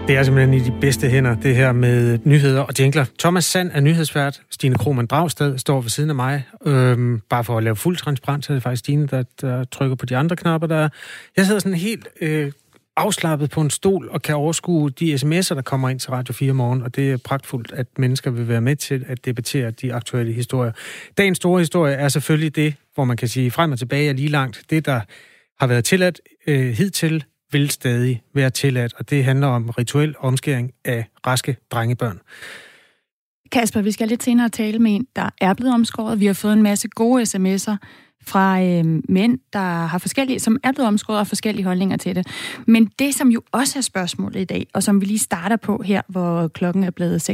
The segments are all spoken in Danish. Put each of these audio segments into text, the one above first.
Det er simpelthen i de bedste hænder, det her med nyheder og jingler. Thomas Sand er nyhedsvært. Stine Krohmann Dragsted står ved siden af mig. Bare for at lave fuld transparens, så er det faktisk Stine, der trykker på de andre knapper, der er. Jeg sidder sådan helt afslappet på en stol og kan overskue de sms'er, der kommer ind til Radio 4 morgen, og det er pragtfuldt, at mennesker vil være med til at debattere de aktuelle historier. Dagens store historie er selvfølgelig det, hvor man kan sige frem og tilbage er lige langt. Det, der har været tilladt hidtil, vil stadig være tilladt, og det handler om rituel omskæring af raske drengebørn. Kasper, vi skal lidt senere tale med en, der er blevet omskåret. Vi har fået en masse gode sms'er fra mænd, der har forskellige, som er blevet omskåret og forskellige holdninger til det. Men det, som jo også er spørgsmålet i dag, og som vi lige starter på her, hvor klokken er blevet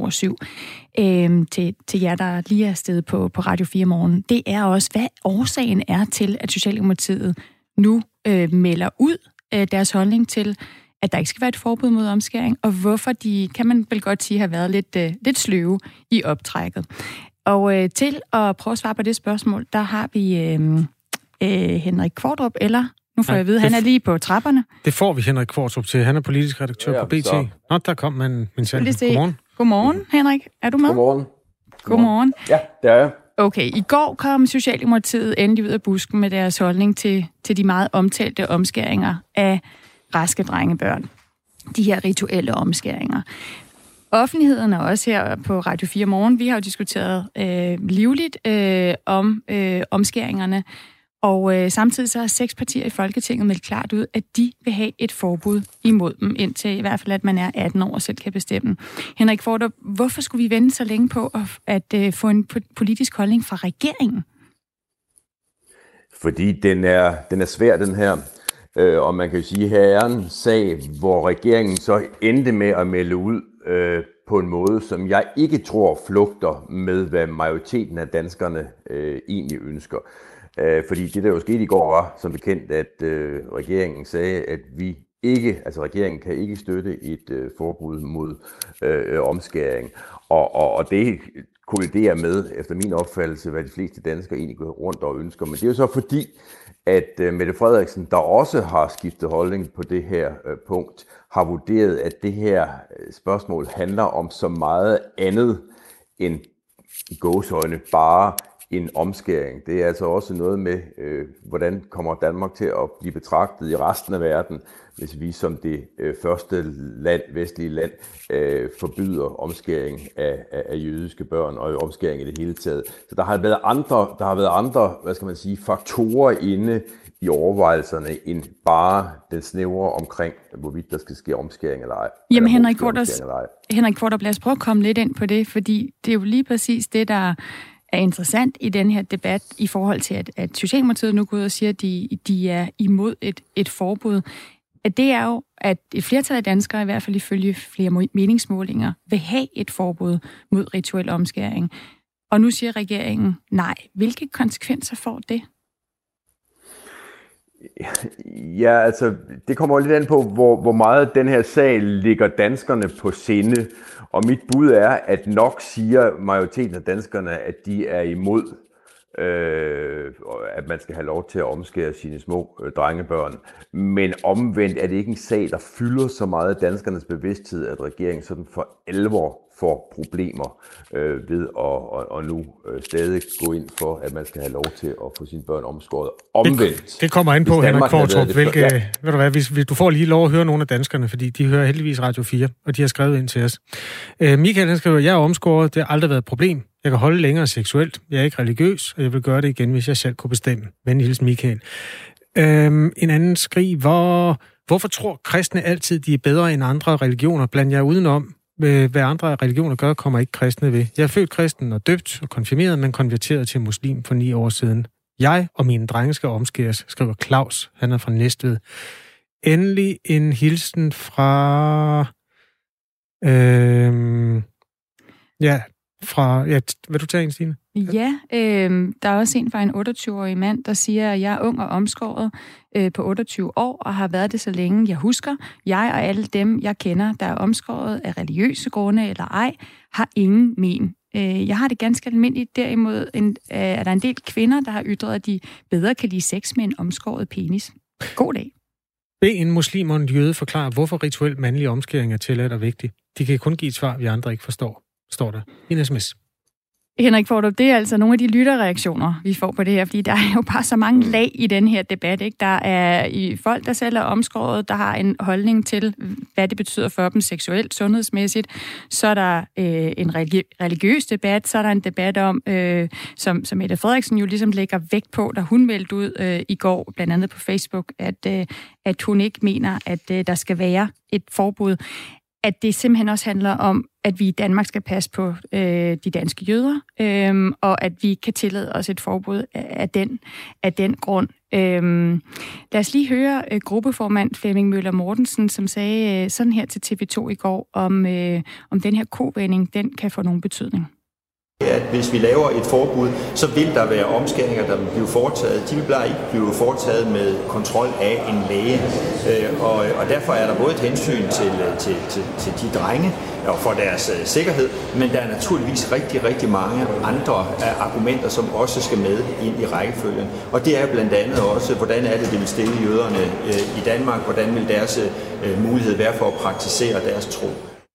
6:07, til jer, der lige er afsted på Radio 4 morgen, det er også, hvad årsagen er til, at Socialdemokratiet nu melder ud deres holdning til, at der ikke skal være et forbud mod omskæring, og hvorfor de, kan man vel godt sige, har været lidt sløve i optrækket. Og til at prøve at svare på det spørgsmål, der har vi Henrik Qvortrup, eller nu får jeg at vide, han er lige på trapperne. Det får vi Henrik Qvortrup til. Han er politisk redaktør på BT. Nå, der kom man min sand. Godmorgen. Godmorgen, Henrik. Er du med? Godmorgen. Ja, det er jeg. Okay, i går kom Socialdemokratiet endelig ud af busken med deres holdning til de meget omtalte omskæringer af raske drengebørn. De her rituelle omskæringer. Offentligheden er også her på Radio 4 morgen. Vi har jo diskuteret livligt om omskæringerne, og samtidig så har 6 partier i Folketinget meldt klart ud, at de vil have et forbud imod dem, indtil i hvert fald, at man er 18 år og selv kan bestemme. Henrik Qvortrup, hvorfor skulle vi vente så længe på at få en politisk holdning fra regeringen? Fordi den er svær, den her. Og man kan jo sige, at her er en sag, hvor regeringen så endte med at melde ud på en måde, som jeg ikke tror flugter med, hvad majoriteten af danskerne egentlig ønsker. Fordi det, der jo skete i går, var som bekendt, at regeringen sagde, at regeringen kan ikke støtte et forbud mod omskæring. Og det kolliderer med, efter min opfattelse, hvad de fleste danskere egentlig går rundt og ønsker. Men det er jo så fordi, at Mette Frederiksen, der også har skiftet holdning på det her punkt, har vurderet, at det her spørgsmål handler om så meget andet end i gåseøjne bare en omskæring. Det er altså også noget med, hvordan kommer Danmark til at blive betragtet i resten af verden, hvis vi som det første vestlige land forbyder omskæring af jødiske børn og omskæring i det hele taget. Så der har været andre, hvad skal man sige, faktorer inde i overvejelserne end bare den snævre omkring, hvorvidt der skal ske omskæring eller ej. Jamen Henrik Qvortrup, lad os prøve at komme lidt ind på det, fordi det er jo lige præcis det, der er interessant i den her debat i forhold til, at Socialdemokratiet nu går ud og siger, at de er imod et forbud. At det er jo, at et flertal af danskere, i hvert fald ifølge flere meningsmålinger, vil have et forbud mod rituel omskæring. Og nu siger regeringen nej. Hvilke konsekvenser får det? Ja, altså, det kommer lidt an på, hvor meget den her sag ligger danskerne på sinde. Og mit bud er, at nok siger majoriteten af danskerne, at de er imod, at man skal have lov til at omskære sine små drengebørn. Men omvendt er det ikke en sag, der fylder så meget af danskernes bevidsthed, at regeringen sådan for alvor får problemer ved at nu stadig gå ind for, at man skal have lov til at få sine børn omskåret. Omvendt. Det kommer ind på, Henrik Qvortrup. Ved du hvad, du får lige lov at høre nogle af danskerne, fordi de hører heldigvis Radio 4, og de har skrevet ind til os. Michael, han skriver, jeg er omskåret, det har aldrig været et problem. Jeg kan holde længere seksuelt. Jeg er ikke religiøs, og jeg vil gøre det igen, hvis jeg selv kunne bestemme. Venlig hilsen, Michael. En anden skriver, hvorfor tror kristne altid, de er bedre end andre religioner? Blandt jer udenom, hvad andre religioner gør, kommer ikke kristne ved. Jeg er født kristen og døbt og konfirmeret, men konverteret til muslim for 9 år siden. Jeg og mine drenge skal omskæres, skriver Claus. Han er fra Næstved. Endelig en hilsen fra... vil du tage en, Stine? Ja, der er også en fra en 28-årig mand, der siger, at jeg er ung og omskåret på 28 år, og har været det så længe jeg husker. Jeg og alle dem, jeg kender, der er omskåret af religiøse grunde eller ej, har ingen men. Jeg har det ganske almindeligt. Derimod er der en del kvinder, der har ytret, at de bedre kan lide sex med en omskåret penis. God dag. B. Bed en muslim og en jøde forklare, hvorfor rituel mandlig omskæring er tilladt og vigtig. De kan kun give et svar, vi andre ikke forstår, står der i en sms. Henrik Qvortrup, det er altså nogle af de lytterreaktioner, vi får på det her, fordi der er jo bare så mange lag i den her debat, ikke? Der er folk, der selv er omskåret, der har en holdning til, hvad det betyder for dem seksuelt, sundhedsmæssigt. Så er der en religiøs debat, så er der en debat om, som Mette Frederiksen jo ligesom lægger vægt på, da hun meldte ud i går, blandt andet på Facebook, at hun ikke mener, at der skal være et forbud. At det simpelthen også handler om, at vi i Danmark skal passe på de danske jøder, og at vi kan tillade os et forbud af den grund. Lad os lige høre gruppeformand Flemming Møller Mortensen, som sagde sådan her til TV2 i går, om den her kovending, den kan få nogen betydning. At hvis vi laver et forbud, så vil der være omskæringer, der vil blive foretaget. De vil bare ikke blive foretaget med kontrol af en læge. Og derfor er der både et hensyn til de drenge og for deres sikkerhed, men der er naturligvis rigtig, rigtig mange andre argumenter, som også skal med ind i rækkefølgen. Og det er blandt andet også, hvordan er det vil stille jøderne i Danmark, hvordan vil deres mulighed være for at praktisere deres tro.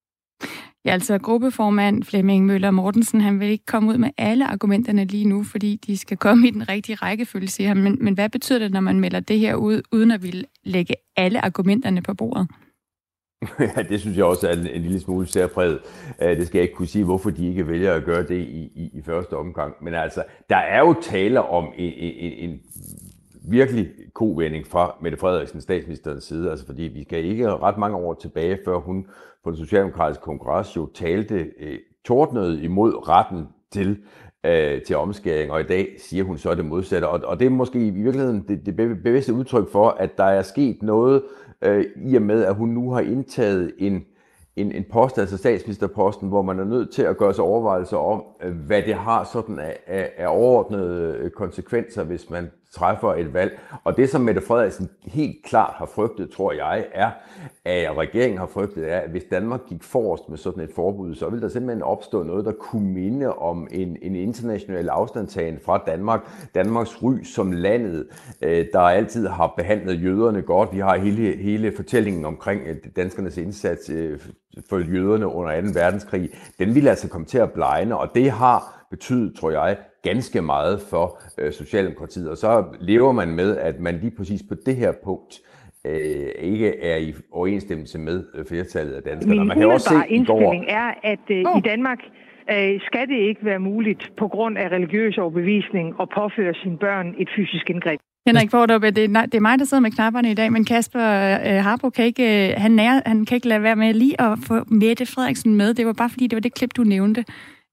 Ja, altså gruppeformand Flemming Møller Mortensen, han vil ikke komme ud med alle argumenterne lige nu, fordi de skal komme i den rigtige rækkefølge, siger han. Men hvad betyder det, når man melder det her ud, uden at ville lægge alle argumenterne på bordet? Ja, det synes jeg også er en lille smule særpræget. Det skal jeg ikke kunne sige, hvorfor de ikke vælger at gøre det i første omgang. Men altså, der er jo tale om en virkelig kovending fra Mette Frederiksen, statsministerens side. Altså, fordi vi skal ikke ret mange år tilbage, før hun på den socialdemokratiske kongres jo tordnede imod retten til omskæring, og i dag siger hun så det modsatte. Og det er måske i virkeligheden det bevidste udtryk for, at der er sket noget i og med, at hun nu har indtaget en post, altså statsministerposten, hvor man er nødt til at gøre sig overvejelser om, hvad det har sådan af overordnede konsekvenser, hvis man træffer et valg. Og det, som Mette Frederiksen helt klart har frygtet, tror jeg, at regeringen har frygtet, er, at hvis Danmark gik forrest med sådan et forbud, så ville der simpelthen opstå noget, der kunne minde om en international afstandtagen fra Danmark. Danmarks ry som landet, der altid har behandlet jøderne godt. Vi har hele fortællingen omkring danskernes indsats for jøderne under 2. verdenskrig. Den ville altså komme til at blegne, og det har betydet, tror jeg, ganske meget for Socialdemokratiet. Og så lever man med, at man lige præcis på det her punkt ikke er i overensstemmelse med flertallet af danskerne. Min man kan også se indstilling er, at i Danmark skal det ikke være muligt på grund af religiøs overbevisning at påføre sine børn et fysisk indgreb. Henrik Qvortrup, det er mig, der sidder med knapperne i dag, men Kasper Harbo kan ikke, han kan ikke lade være med lige at få Mette Frederiksen med. Det var bare fordi, det var det klip, du nævnte.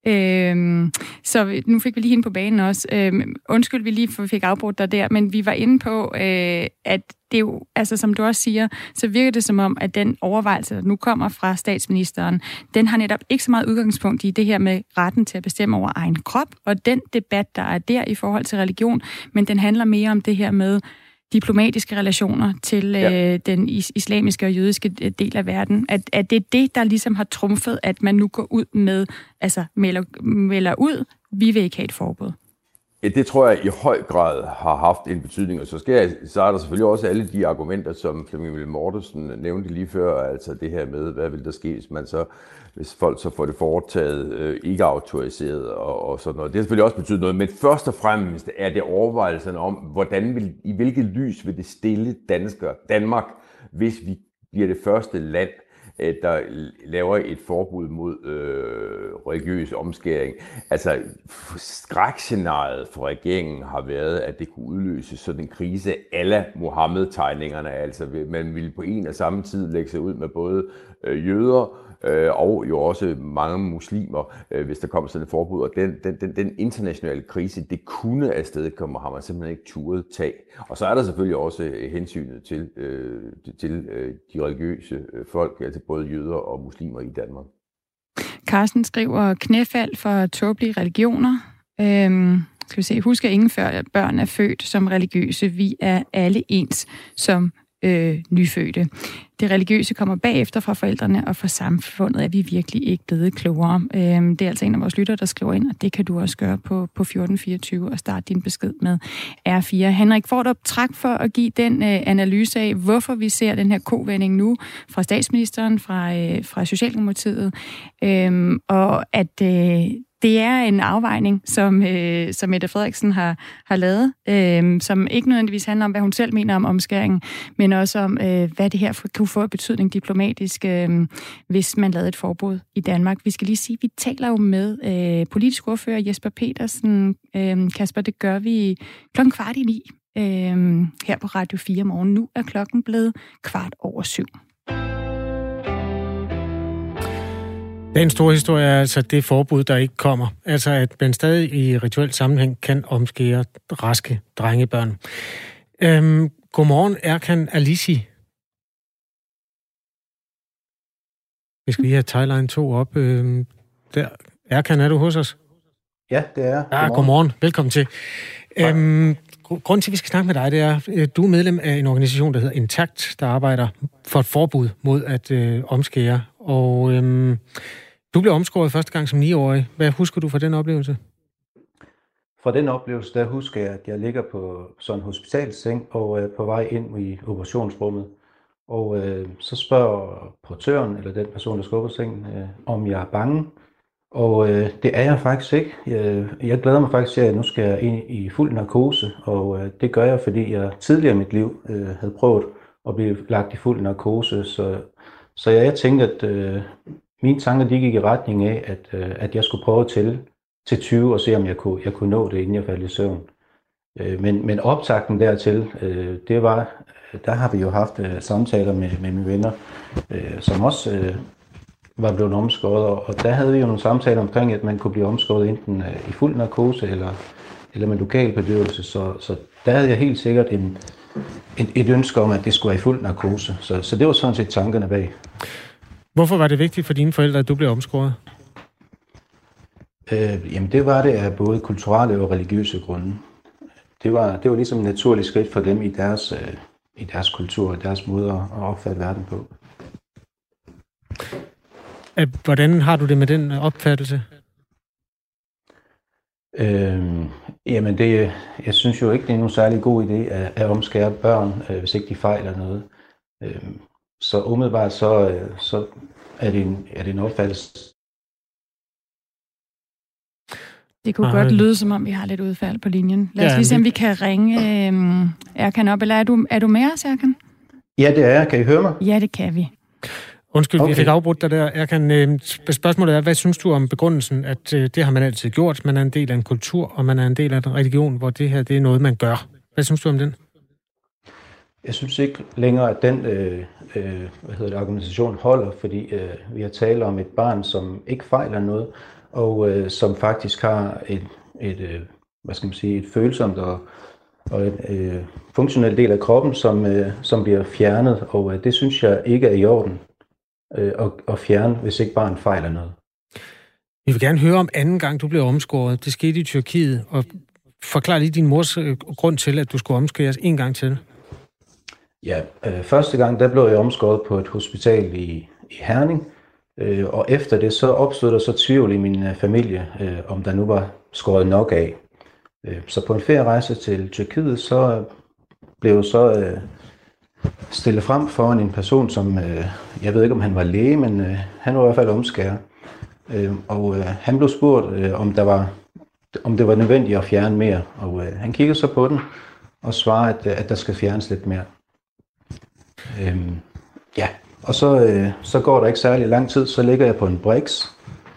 Så nu fik vi lige hende på banen også. Undskyld, vi lige fik afbrudt dig der, men vi var inde på, at det jo, altså som du også siger, så virker det som om, at den overvejelse, der nu kommer fra statsministeren, den har netop ikke så meget udgangspunkt i det her med retten til at bestemme over egen krop, og den debat, der er der i forhold til religion, men den handler mere om det her med diplomatiske relationer til den islamiske og jødiske del af verden. At det er det, der ligesom har trumfet, at man nu går ud med, altså melder ud, vi vil ikke have et forbud. Ja, det tror jeg i høj grad har haft en betydning, og så er der selvfølgelig også alle de argumenter, som Flemming Møller Mortensen nævnte lige før, altså det her med, hvad vil der ske, hvis folk så får det foretaget ikke autoriseret og sådan noget. Det har selvfølgelig også betydet noget, men først og fremmest er det overvejelserne om, i hvilket lys vil det stille Danmark, hvis vi bliver det første land, der laver et forbud mod religiøs omskæring. Altså, skrækscenariet for regeringen har været, at det kunne udløse sådan en krise a la Mohammed-tegningerne. Altså, man ville på en og samme tid lægge sig ud med både jøder og jo også mange muslimer, hvis der kommer sådan et forbud. Og den internationale krise, det kunne afstedkomme, har man simpelthen ikke turet tage. Og så er der selvfølgelig også hensynet til de religiøse folk, altså både jøder og muslimer i Danmark. Carsten skriver knæfald for tåbelige religioner. Skal vi se, husk at ingen børn er født som religiøse. Vi er alle ens som nyfødte. Det religiøse kommer bagefter fra forældrene, og fra samfundet er vi virkelig ikke blevet klogere. Det er altså en af vores lyttere, der skriver ind, og det kan du også gøre på 1424 og starte din besked med R4. Henrik Qvortrup, tak for at give den analyse af, hvorfor vi ser den her kovending nu fra statsministeren, fra Socialdemokratiet, og at det er en afvejning, som Mette Frederiksen har lavet, som ikke nødvendigvis handler om, hvad hun selv mener om omskæringen, men også om, hvad det her kunne få betydning diplomatisk, hvis man lavede et forbud i Danmark. Vi skal lige sige, at vi taler jo med politisk ordfører Jesper Petersen. Kasper, det gør vi 8:15 her på Radio 4 morgen. Nu er klokken blevet 7:15. Den store historie er altså det forbud, der ikke kommer. Altså at man stadig i rituel sammenhæng kan omskære raske drengebørn. Godmorgen, Erkan Alici. Vi skal lige have Thailand 2 op. Der. Erkan, er du hos os? Ja, det er. Ja, godmorgen. Velkommen til. Grunden til, at vi skal snakke med dig, det er, du er medlem af en organisation, der hedder Intakt, der arbejder for et forbud mod at omskære. Og du blev omskåret første gang som 9-årig. Hvad husker du fra den oplevelse? Fra den oplevelse, der husker jeg, at jeg ligger på sådan en hospitalsseng og på vej ind i operationsrummet. Og så spørger portøren, eller den person, der skubber sengen, om jeg er bange. Og det er jeg faktisk ikke. Jeg glæder mig faktisk til, at nu skal jeg ind i fuld narkose. Og det gør jeg, fordi jeg tidligere i mit liv havde prøvet at blive lagt i fuld narkose. Så jeg tænkte, at mine tanker de gik i retning af, at jeg skulle prøve til 20 og se, om jeg kunne nå det, inden jeg faldt i søvn. Men optakten dertil, det var, der har vi jo haft samtaler med mine venner, som også var blevet omskåret. Og der havde vi jo nogle samtaler omkring, at man kunne blive omskåret enten i fuld narkose eller med lokal bedøvelse. Så der havde jeg helt sikkert et ønske om, at det skulle være i fuld narkose. Så det var sådan set tankerne bag. Hvorfor var det vigtigt for dine forældre, at du blev omskåret? Jamen det var det af både kulturelle og religiøse grunde. Det var ligesom et naturligt skridt for dem i deres kultur og deres måde at opfatte verden på. Hvordan har du det med den opfattelse? Jamen jeg synes jo ikke, det er nogen særlig god idé at omskære børn, hvis ikke de fejler noget. Så umiddelbart så er det en opfattelse. Det kunne godt lyde, som om vi har lidt udfald på linjen. Lad os lige se, om vi kan ringe Erkan op. Eller er du med os, Erkan? Ja, det er jeg. Kan I høre mig? Ja, det kan vi. Undskyld, okay. Vi fik afbrudt dig der. Erkan, spørgsmålet er, hvad synes du om begrundelsen, at det har man altid gjort? Man er en del af en kultur, og man er en del af en religion, hvor det her det er noget, man gør. Hvad synes du om den? Jeg synes ikke længere, at den argumentation holder, fordi vi har talt om et barn, som ikke fejler noget, og som faktisk har et følsomt og et funktionelt del af kroppen, som bliver fjernet, og det synes jeg ikke er i orden at fjerne, hvis ikke barn fejler noget. Vi vil gerne høre om anden gang, du blev omskåret. Det skete i Tyrkiet, og forklar lige din mors grund til, at du skulle omskæres en gang til. Ja, første gang, der blev jeg omskåret på et hospital i Herning, og efter det, så opstod der så tvivl i min familie, om der nu var skåret nok af. Så på en ferierejse til Tyrkiet, så blev jeg så stillet frem foran en person, som, jeg ved ikke om han var læge, men han var i hvert fald omskærer. Og han blev spurgt, om det var nødvendigt at fjerne mere, og han kiggede så på den og svarede, at der skal fjernes lidt mere. Ja, og så går der ikke særlig lang tid, så ligger jeg på en briks.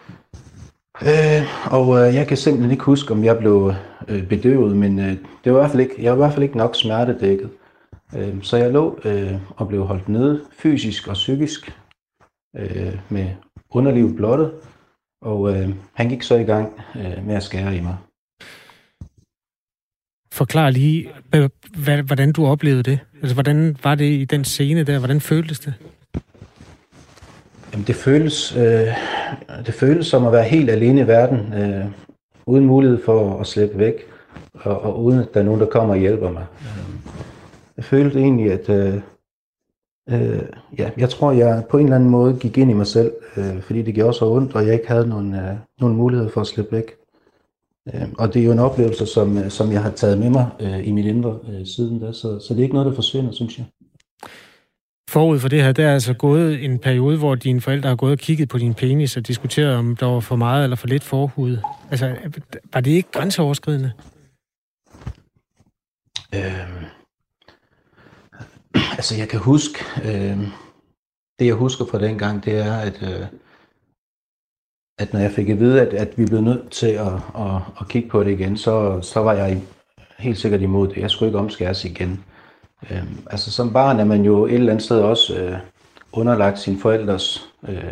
Og jeg kan simpelthen ikke huske, om jeg blev bedøvet, men jeg var i hvert fald ikke nok smertedækket. Så jeg lå og blev holdt nede fysisk og psykisk med underlivet blottet, og han gik så i gang med at skære i mig. Forklar lige, hvordan du oplevede det. Altså, hvordan var det i den scene der? Hvordan føltes det? Jamen, det føles som at være helt alene i verden, uden mulighed for at slippe væk, og uden at der er nogen, der kommer og hjælper mig. Jeg følte egentlig, Ja, jeg tror, jeg på en eller anden måde gik ind i mig selv, fordi det gjorde også ondt, og jeg ikke havde nogen mulighed for at slippe væk. Og det er jo en oplevelse, som jeg har taget med mig i mit indre siden da, så det er ikke noget, der forsvinder, synes jeg. Forud for det her, der er altså gået en periode, hvor dine forældre har gået og kigget på din penis og diskuteret, om der var for meget eller for lidt forhud. Altså, var det ikke grænseoverskridende? Altså, jeg kan huske, det jeg husker fra dengang, det er, at når jeg fik at vide, at vi blev nødt til at kigge på det igen, så var jeg helt sikkert imod det. Jeg skulle ikke omskæres igen. Altså som barn er man jo et eller andet sted også underlagt sine forældres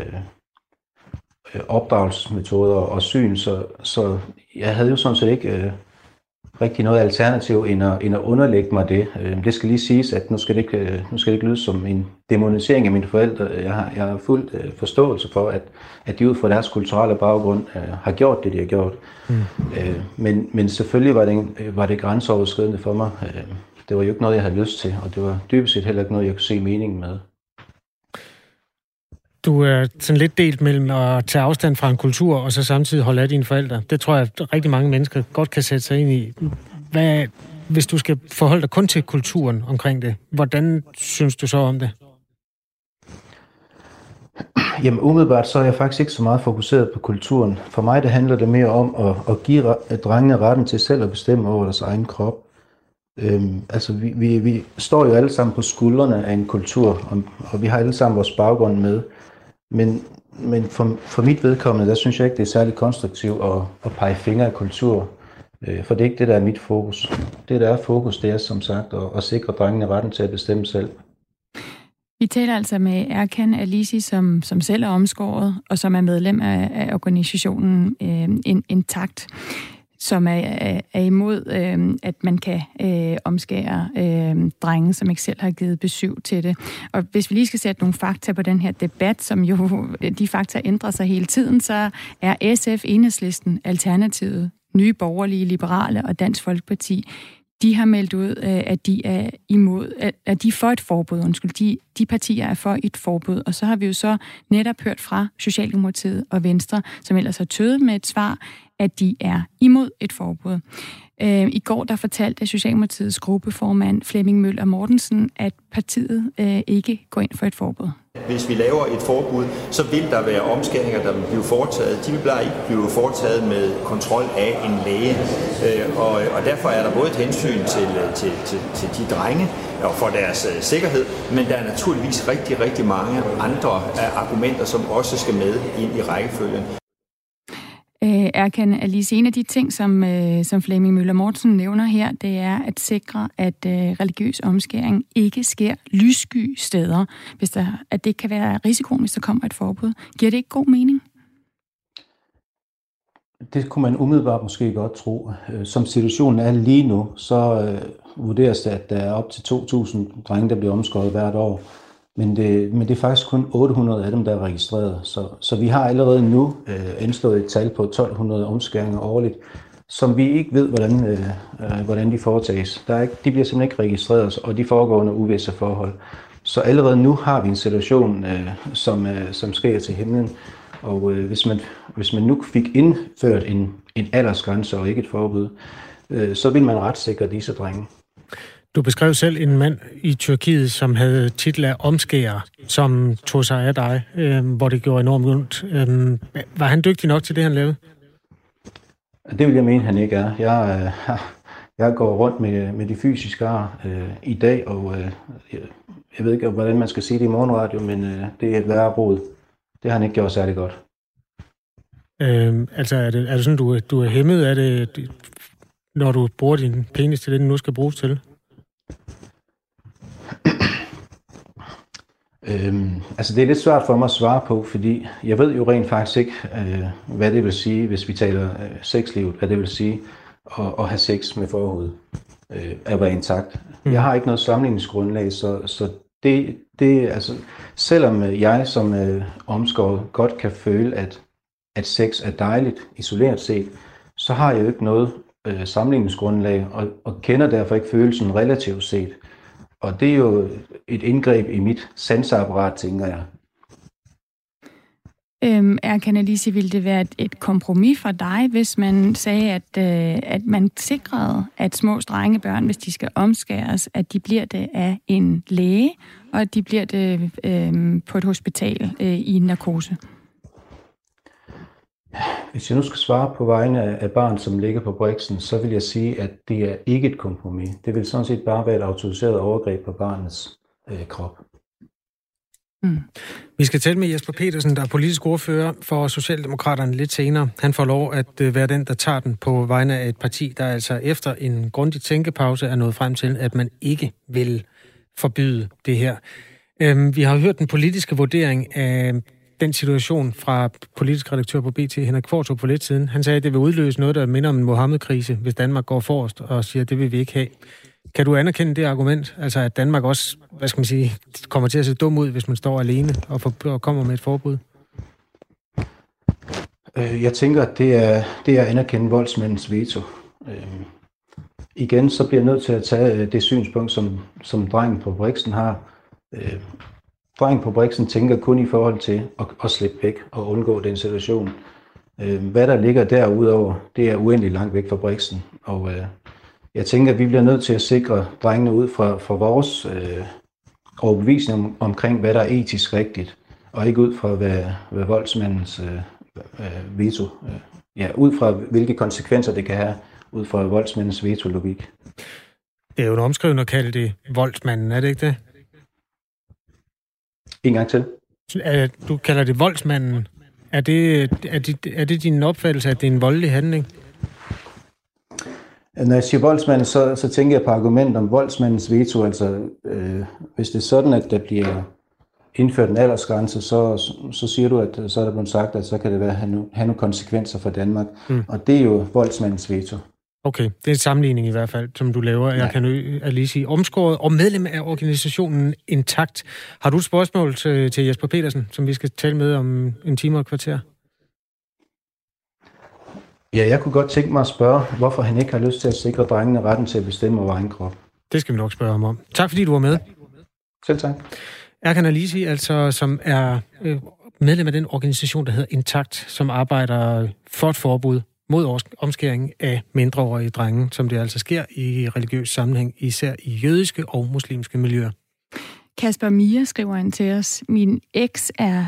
opdragelsesmetoder og syn, så jeg havde jo sådan set ikke rigtig noget alternativ end at underlægge mig det. Det skal lige siges, at nu skal det ikke lyde som en dæmonisering af mine forældre. Jeg har fuld forståelse for, at de ud fra deres kulturelle baggrund har gjort det, de har gjort. Men selvfølgelig var det grænseoverskridende for mig. Det var jo ikke noget, jeg havde lyst til, og det var dybest set heller ikke noget, jeg kunne se meningen med. Du er sådan lidt delt mellem at tage afstand fra en kultur, og så samtidig holde af dine forældre. Det tror jeg, at rigtig mange mennesker godt kan sætte sig ind i. Hvis du skal forholde dig kun til kulturen omkring det, hvordan synes du så om det? Jamen umiddelbart så er jeg faktisk ikke så meget fokuseret på kulturen. For mig det handler det mere om at give drengene retten til selv at bestemme over deres egen krop. Altså vi står jo alle sammen på skuldrene af en kultur, og vi har alle sammen vores baggrund med. Men for mit vedkommende, der synes jeg ikke, det er særlig konstruktivt at pege fingre af kultur. For det er ikke det, der er mit fokus. Det, der er fokus, det er som sagt at sikre drengene retten til at bestemme selv. Vi taler altså med Erkan Alisi, som selv er omskåret, og som er medlem af organisationen Intakt, som er imod, at man kan omskære drenge, som ikke selv har givet besøg til det. Og hvis vi lige skal sætte nogle fakta på den her debat, som jo de fakta ændrer sig hele tiden, så er SF, Enhedslisten, Alternativet, Nye Borgerlige, Liberale og Dansk Folkeparti, de har meldt ud, at de er imod, at de er for et forbud. De partier er for et forbud. Og så har vi jo så netop hørt fra Socialdemokratiet og Venstre, som ellers har tøvet med et svar, at de er imod et forbud. I går der fortalte Socialdemokratiets gruppeformand Flemming Møller Mortensen, at partiet ikke går ind for et forbud. Hvis vi laver et forbud, så vil der være omskæringer, der vil blive foretaget. De vil bare ikke blive foretaget med kontrol af en læge. Og derfor er der både et hensyn til de drenge og for deres sikkerhed, men der er naturligvis rigtig, rigtig mange andre argumenter, som også skal med ind i rækkefølgen. Erkan Alisi, en af de ting, som Flemming Møller Mortensen nævner her, det er at sikre, at religiøs omskæring ikke sker lyssky steder, at det kan være risikoen, hvis der kommer et forbud. Giver det ikke god mening? Det kunne man umiddelbart måske godt tro. Som situationen er lige nu, så vurderes det, at der er op til 2.000 drenge, der bliver omskåret hvert år. Men det er faktisk kun 800 af dem, der er registreret. Så vi har allerede nu anslået et tal på 1.200 omskæringer årligt, som vi ikke ved, hvordan de foretages. De bliver simpelthen ikke registreret, og de foregår under uvisse forhold. Så allerede nu har vi en situation, som sker til himlen. Og hvis man nu fik indført en aldersgrænse og ikke et forbud, så vil man retssikre disse drenge. Du beskrev selv en mand i Tyrkiet, som havde titel af omskærer, som tog sig af dig, hvor det gjorde enormt ondt. Var han dygtig nok til det, han lavede? Det vil jeg mene, han ikke er. Jeg går rundt med de fysiske ar i dag, og jeg ved ikke, hvordan man skal sige det i morgenradio, men det er et værre rod. Det har han ikke gjort særlig godt. Altså, er det sådan, du er hæmmet af det, når du bruger din penis til det, den nu skal bruges til? Altså det er lidt svært for mig at svare på, fordi jeg ved jo rent faktisk ikke, hvad det vil sige, hvis vi taler sexlivet, hvad det vil sige at have sex med forhud, at være intakt. Jeg har ikke noget sammenligningsgrundlag, så det altså, selvom jeg som omskåret godt kan føle, at sex er dejligt isoleret set, så har jeg jo ikke noget sammenligningsgrundlag og kender derfor ikke følelsen relativt set. Og det er jo et indgreb i mit sanseapparat, tænker jeg. Erkan Alisi, ville det være et kompromis for dig, hvis man sagde, at man sikrede, at små drengebørn, hvis de skal omskæres, at de bliver det af en læge, og at de bliver det på et hospital i narkose? Hvis jeg nu skal svare på vegne af barn, som ligger på Brixen, så vil jeg sige, at det er ikke et kompromis. Det vil sådan set bare være et autoriseret overgreb på barnets krop. Vi skal tale med Jesper Petersen, der er politisk ordfører for Socialdemokraterne lidt senere. Han får lov at være den, der tager den på vegne af et parti, der altså efter en grundig tænkepause er nået frem til, at man ikke vil forbyde det her. Vi har hørt den politiske vurdering af den situation fra politisk redaktør på BT, Henrik Kvartrup, for lidt siden. Han sagde, at det vil udløse noget, der minder om en Mohammed-krise, hvis Danmark går forrest og siger, at det vil vi ikke have. Kan du anerkende det argument? Altså, at Danmark også, kommer til at se dum ud, hvis man står alene og kommer med et forbud? Jeg tænker, at det er at anerkende voldsmandens veto. Igen, så bliver jeg nødt til at tage det synspunkt, som drengen på Brixen har. Drengen på Brixen tænker kun i forhold til at slippe væk og undgå den situation. Hvad der ligger derudover, det er uendelig langt væk fra Brixen. Og jeg tænker, at vi bliver nødt til at sikre drengene ud fra vores overbevisning omkring, hvad der er etisk rigtigt, og ikke ud fra, hvad voldsmandens veto, ud fra hvilke konsekvenser det kan have, ud fra voldsmandens veto-logik. Det er jo en omskrivende at kalde det voldsmanden, er det ikke det? En gang til. Du kalder det voldsmanden. Er det din opfattelse, at det er en voldelig handling? Når jeg siger voldsmanden, så tænker jeg på argument om voldsmandens veto. Altså, hvis det er sådan, at der bliver indført en aldersgrænse, så siger du, at så er der blevet sagt, at så kan det have nogle konsekvenser for Danmark. Og det er jo voldsmandens veto. Okay, det er en sammenligning i hvert fald, som du laver. Jeg kan lige sige, omskåret og medlem af organisationen Intakt. Har du et spørgsmål til Jesper Petersen, som vi skal tale med om en time og et kvarter? Ja, jeg kunne godt tænke mig at spørge, hvorfor han ikke har lyst til at sikre drengene retten til at bestemme over egen krop. Det skal vi nok spørge ham om. Tak fordi du var med. Selv tak. Erkan Alisi, altså, som er medlem af den organisation, der hedder Intakt, som arbejder for et forbud mod omskæring af mindreårige drenge, som det altså sker i religiøs sammenhæng, især i jødiske og muslimske miljøer. Kasper Mia skriver ind til os, min eks er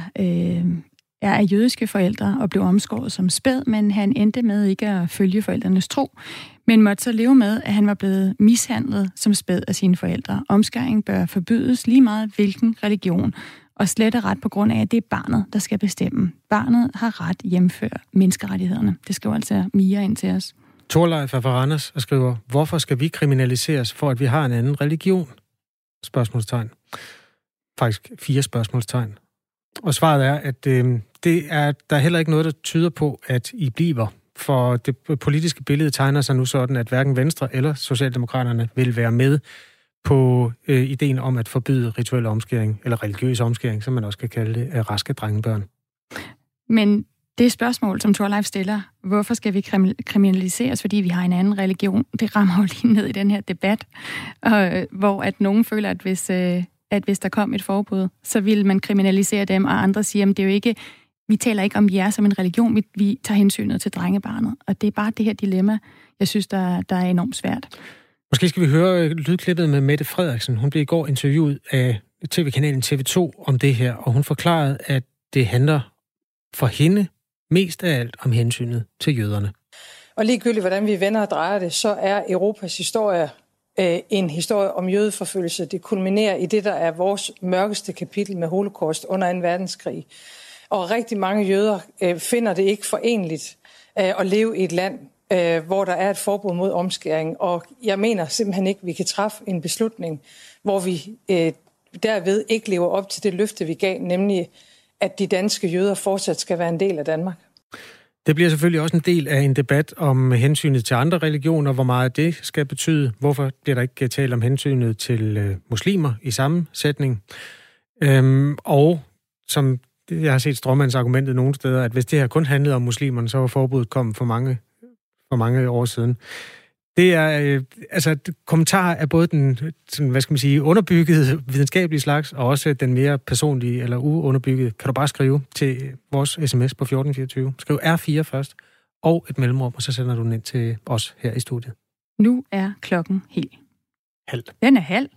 af jødiske forældre og blev omskåret som spæd, men han endte med ikke at følge forældrenes tro, men måtte så leve med, at han var blevet mishandlet som spæd af sine forældre. Omskæring bør forbydes lige meget hvilken religion, og slet og ret på grund af, at det er barnet, der skal bestemme. Barnet har ret hjemfør menneskerettighederne. Det skriver altså Mia ind til os. Torleif er fra Randers og skriver, hvorfor skal vi kriminaliseres for, at vi har en anden religion? Spørgsmålstegn. Faktisk 4 spørgsmålstegn. Og svaret er, at der er heller ikke noget, der tyder på, at I bliver. For det politiske billede tegner sig nu sådan, at hverken Venstre eller Socialdemokraterne vil være med på ideen om at forbyde rituel omskæring, eller religiøs omskæring, som man også kan kalde det, af raske drengebørn. Men det spørgsmål, som Torleif stiller, hvorfor skal vi kriminaliseres, fordi vi har en anden religion, det rammer jo lige ned i den her debat, hvor at nogen føler, at hvis der kom et forbud, så vil man kriminalisere dem, og andre siger, at det er jo ikke, vi taler ikke om jer som en religion, vi tager hensynet til drengebarnet. Og det er bare det her dilemma, jeg synes, der er enormt svært. Måske skal vi høre lydklippet med Mette Frederiksen. Hun blev i går interviewet af tv-kanalen TV2 om det her, og hun forklarede, at det handler for hende mest af alt om hensynet til jøderne. Og ligegyldigt, hvordan vi vender og drejer det, så er Europas historie en historie om jødeforfølgelse. Det kulminerer i det, der er vores mørkeste kapitel med holocaust under 2. verdenskrig. Og rigtig mange jøder finder det ikke forenligt at leve i et land, hvor der er et forbud mod omskæring. Og jeg mener simpelthen ikke, at vi kan træffe en beslutning, hvor vi derved ikke lever op til det løfte, vi gav, nemlig at de danske jøder fortsat skal være en del af Danmark. Det bliver selvfølgelig også en del af en debat om hensynet til andre religioner, hvor meget det skal betyde. Hvorfor bliver der ikke talt om hensynet til muslimer i samme sætning? Og som jeg har set stråmandsargumentet nogle steder, at hvis det her kun handlede om muslimerne, så var forbuddet kommet for mange år siden. Det er, kommentarer af både den, sådan, hvad skal man sige, underbyggede videnskabelige slags, og også den mere personlige eller uunderbyggede, kan du bare skrive til vores sms på 1424. Skriv R4 først, og et mellemrum, og så sender du den ind til os her i studiet. Nu er klokken helt. Halv. Den er halv.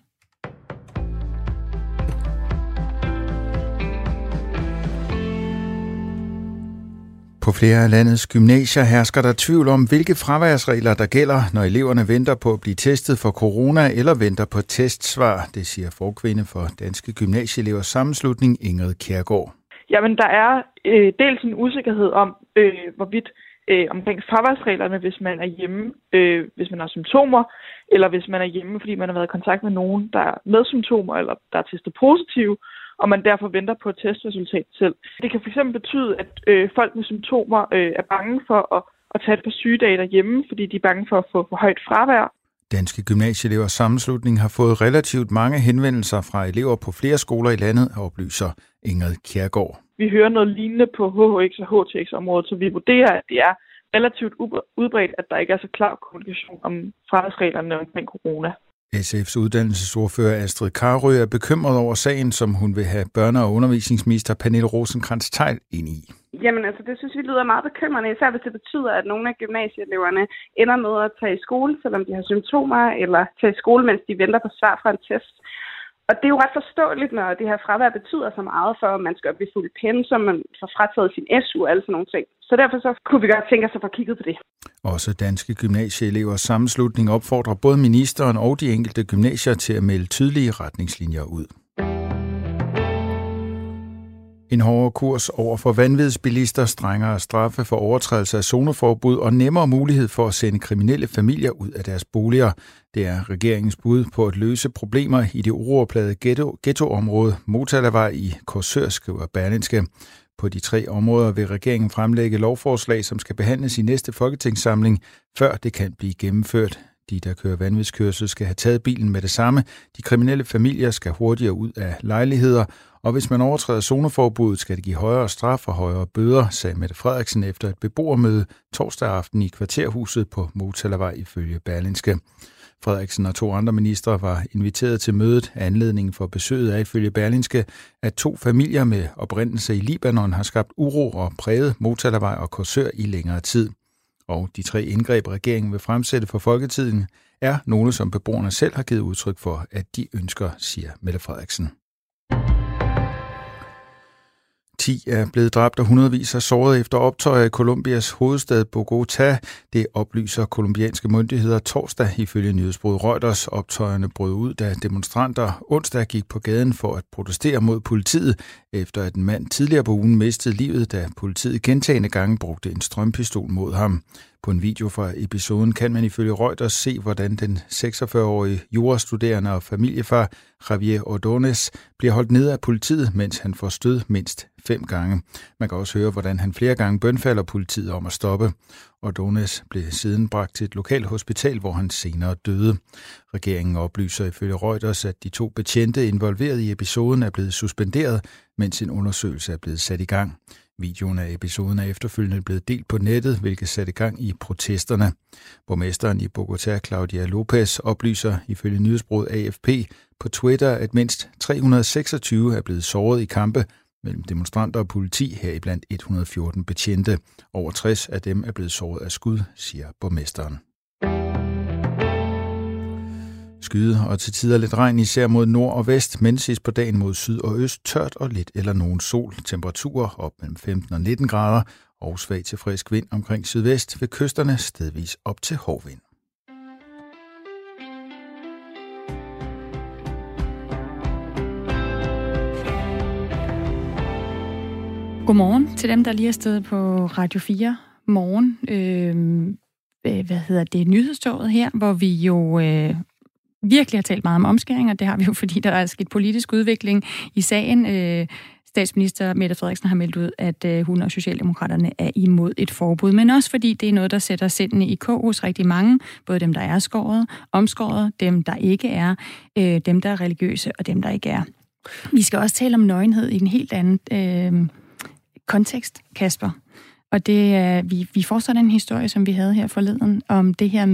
På flere af landets gymnasier hersker der tvivl om, hvilke fraværsregler der gælder, når eleverne venter på at blive testet for corona eller venter på testsvar. Det siger forkvinde for Danske Gymnasieelevers Sammenslutning, Ingrid Kjærgaard. Jamen, der er dels en usikkerhed om, hvorvidt omkring fraværsreglerne, hvis man er hjemme, hvis man har symptomer, eller hvis man er hjemme, fordi man har været i kontakt med nogen, der er med symptomer, eller der er testet positive, og man derfor venter på et testresultat selv. Det kan fx betyde, at folk med symptomer er bange for at tage et par sygedage derhjemme, fordi de er bange for at få for højt fravær. Danske Gymnasieelevers Sammenslutning har fået relativt mange henvendelser fra elever på flere skoler i landet, oplyser Ingrid Kjærgaard. Vi hører noget lignende på HHX og HTX-området, så vi vurderer, at det er relativt udbredt, at der ikke er så klar kommunikation om fraværsreglerne omkring corona. SF's uddannelsesordfører Astrid Carøe er bekymret over sagen, som hun vil have børne- og undervisningsminister Pernille Rosenkrantz-Theil ind i. Jamen altså, det synes vi lyder meget bekymrende, især hvis det betyder, at nogle af gymnasieeleverne ender med at tage i skole, selvom de har symptomer, eller tage i skole, mens de venter på svar fra en test. Og det er jo ret forståeligt, når det her fravær betyder så meget for, at man skal op i fuld pensum, man får frataget sin SU og alle sådan nogle ting. Så derfor så kunne vi godt tænke os at få kigget på det. Også Danske Gymnasieelevers Sammenslutning opfordrer både ministeren og de enkelte gymnasier til at melde tydelige retningslinjer ud. En hårdere kurs over for vanvidsbilister, strengere straffe for overtrædelse af zoneforbud og nemmere mulighed for at sende kriminelle familier ud af deres boliger. Det er regeringens bud på at løse problemer i det uroplagede ghettoområde Motalavej i Korsør, skriver Berlingske. På de 3 områder vil regeringen fremlægge lovforslag, som skal behandles i næste folketingssamling, før det kan blive gennemført. De, der kører vanvidskørsel, skal have taget bilen med det samme. De kriminelle familier skal hurtigere ud af lejligheder. Og hvis man overtræder zoneforbuddet, skal det give højere straf og højere bøder, sagde Mette Frederiksen efter et beboermøde torsdag aften i kvarterhuset på Motalavej ifølge Berlingske. Frederiksen og 2 andre ministre var inviteret til mødet. Anledningen for besøget er ifølge Berlingske, at 2 familier med oprindelse i Libanon har skabt uro og præget Motalavej og Korsør i længere tid. Og de 3 indgreb, regeringen vil fremsætte for Folketiden, er nogle, som beboerne selv har givet udtryk for, at de ønsker, siger Mette Frederiksen. 10 er blevet dræbt og hundredvis er såret efter optøjer i Colombias hovedstad Bogotá. Det oplyser kolumbianske myndigheder torsdag ifølge nyhedsbureauet Reuters. Optøjerne brød ud, da demonstranter onsdag gik på gaden for at protestere mod politiet, efter at en mand tidligere på ugen mistede livet, da politiet gentagne gange brugte en strømpistol mod ham. På en video fra episoden kan man ifølge Reuters se, hvordan den 46-årige jurastuderende og familiefar Javier Ordóñez bliver holdt nede af politiet, mens han får stød mindst 5 gange. Man kan også høre, hvordan han flere gange bønfalder politiet om at stoppe. Ordóñez blev siden bragt til et lokalt hospital, hvor han senere døde. Regeringen oplyser ifølge Reuters, at de 2 betjente involveret i episoden er blevet suspenderet, mens en undersøgelse er blevet sat i gang. Videoen af episoden er efterfølgende blevet delt på nettet, hvilket satte i gang i protesterne. Borgmesteren i Bogotá, Claudia López, oplyser ifølge nyhedsbureauet AFP på Twitter, at mindst 326 er blevet såret i kampe mellem demonstranter og politi, heriblandt 114 betjente. Over 60 af dem er blevet såret af skud, siger borgmesteren. Skyde og til tider lidt regn, især mod nord og vest, men sidst på dagen mod syd og øst tørt og lidt eller nogen sol. Temperaturer op mellem 15 og 19 grader og svag til frisk vind omkring sydvest ved kysterne, stedvis op til hård vind. Godmorgen til dem, der lige er stedet på Radio 4 morgen. Nyhedstoget her, hvor vi jo virkelig har talt meget om omskæringer. Det har vi jo, fordi der er sket politisk udvikling i sagen. Statsminister Mette Frederiksen har meldt ud, at hun og Socialdemokraterne er imod et forbud, men også fordi det er noget, der sætter sindene i kog hos rigtig mange, både dem, der er skåret, omskåret, dem, der ikke er, dem, der er religiøse, og dem, der ikke er. Vi skal også tale om nøgenhed i en helt anden kontekst, Kasper. Og det er, vi fortsætter en historie, som vi havde her forleden, om det her med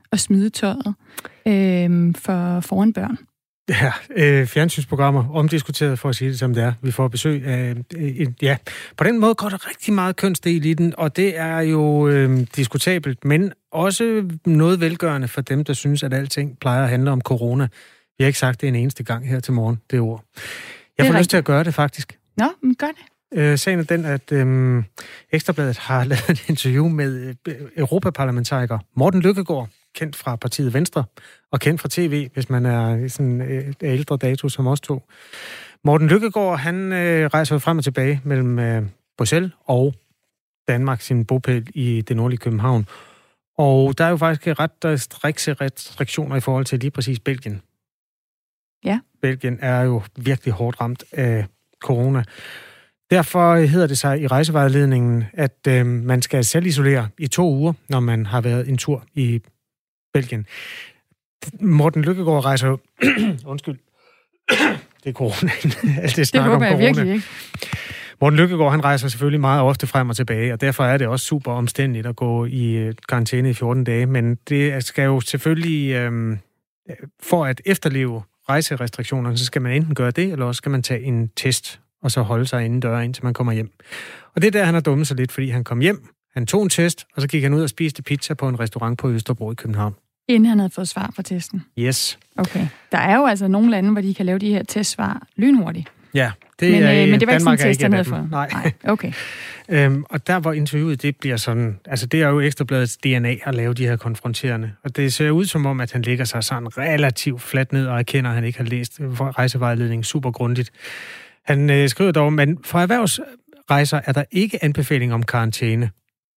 at smide tøjet foran børn. Ja, fjernsynsprogrammer omdiskuteret, for at sige det som det er. Vi får besøg af, på den måde går der rigtig meget kønsdel i den, og det er jo diskutabelt, men også noget velgørende for dem, der synes, at alting plejer at handle om corona. Vi har ikke sagt det en eneste gang her til morgen, det ord. Jeg får lyst til at gøre det, faktisk. Nå, men gør det. Sagen er den, at Ekstrabladet har lavet et interview med europaparlamentariker Morten Lykkegaard, kendt fra partiet Venstre, og kendt fra tv, hvis man er sådan ældre dato som os to. Morten Lykkegaard, han rejser frem og tilbage mellem Bruxelles og Danmark, sin bopæl i det nordlige København. Og der er jo faktisk ret strikse restriktioner i forhold til lige præcis Belgien. Ja. Belgien er jo virkelig hårdt ramt af corona. Derfor hedder det sig i rejsevejledningen, at man skal selvisolere i 2 uger, når man har været en tur i Belgien. Morten Lykkegaard rejser jo... Undskyld. Det er corona. Alt det snak om corona. Det håber jeg virkelig ikke. Morten Lykkegaard, han rejser selvfølgelig meget ofte frem og tilbage, og derfor er det også super omstændigt at gå i karantæne i 14 dage, men det skal jo selvfølgelig... for at efterleve rejserestriktionerne, så skal man enten gøre det, eller også skal man tage en test, og så holde sig inden døre, indtil man kommer hjem. Og det er der, han har dummet sig lidt, fordi han kom hjem, han tog en test, og så gik han ud og spiste pizza på en restaurant på Østerbro i København. Inden han havde fået svar fra testen? Yes. Okay. Der er jo altså nogle lande, hvor de kan lave de her testsvar lynhurtigt. Ja, det er men det var Danmark ikke sådan en test, han havde fået. Nej. Okay. Og der hvor interviewet, det bliver sådan, altså det er jo Ekstrabladets DNA at lave de her konfronterende. Og det ser ud som om, at han lægger sig sådan relativt fladt ned og erkender, at han ikke har læst rejsevejledningen super grundigt. Han skriver dog, men for erhvervsrejser er der ikke anbefaling om karantæne.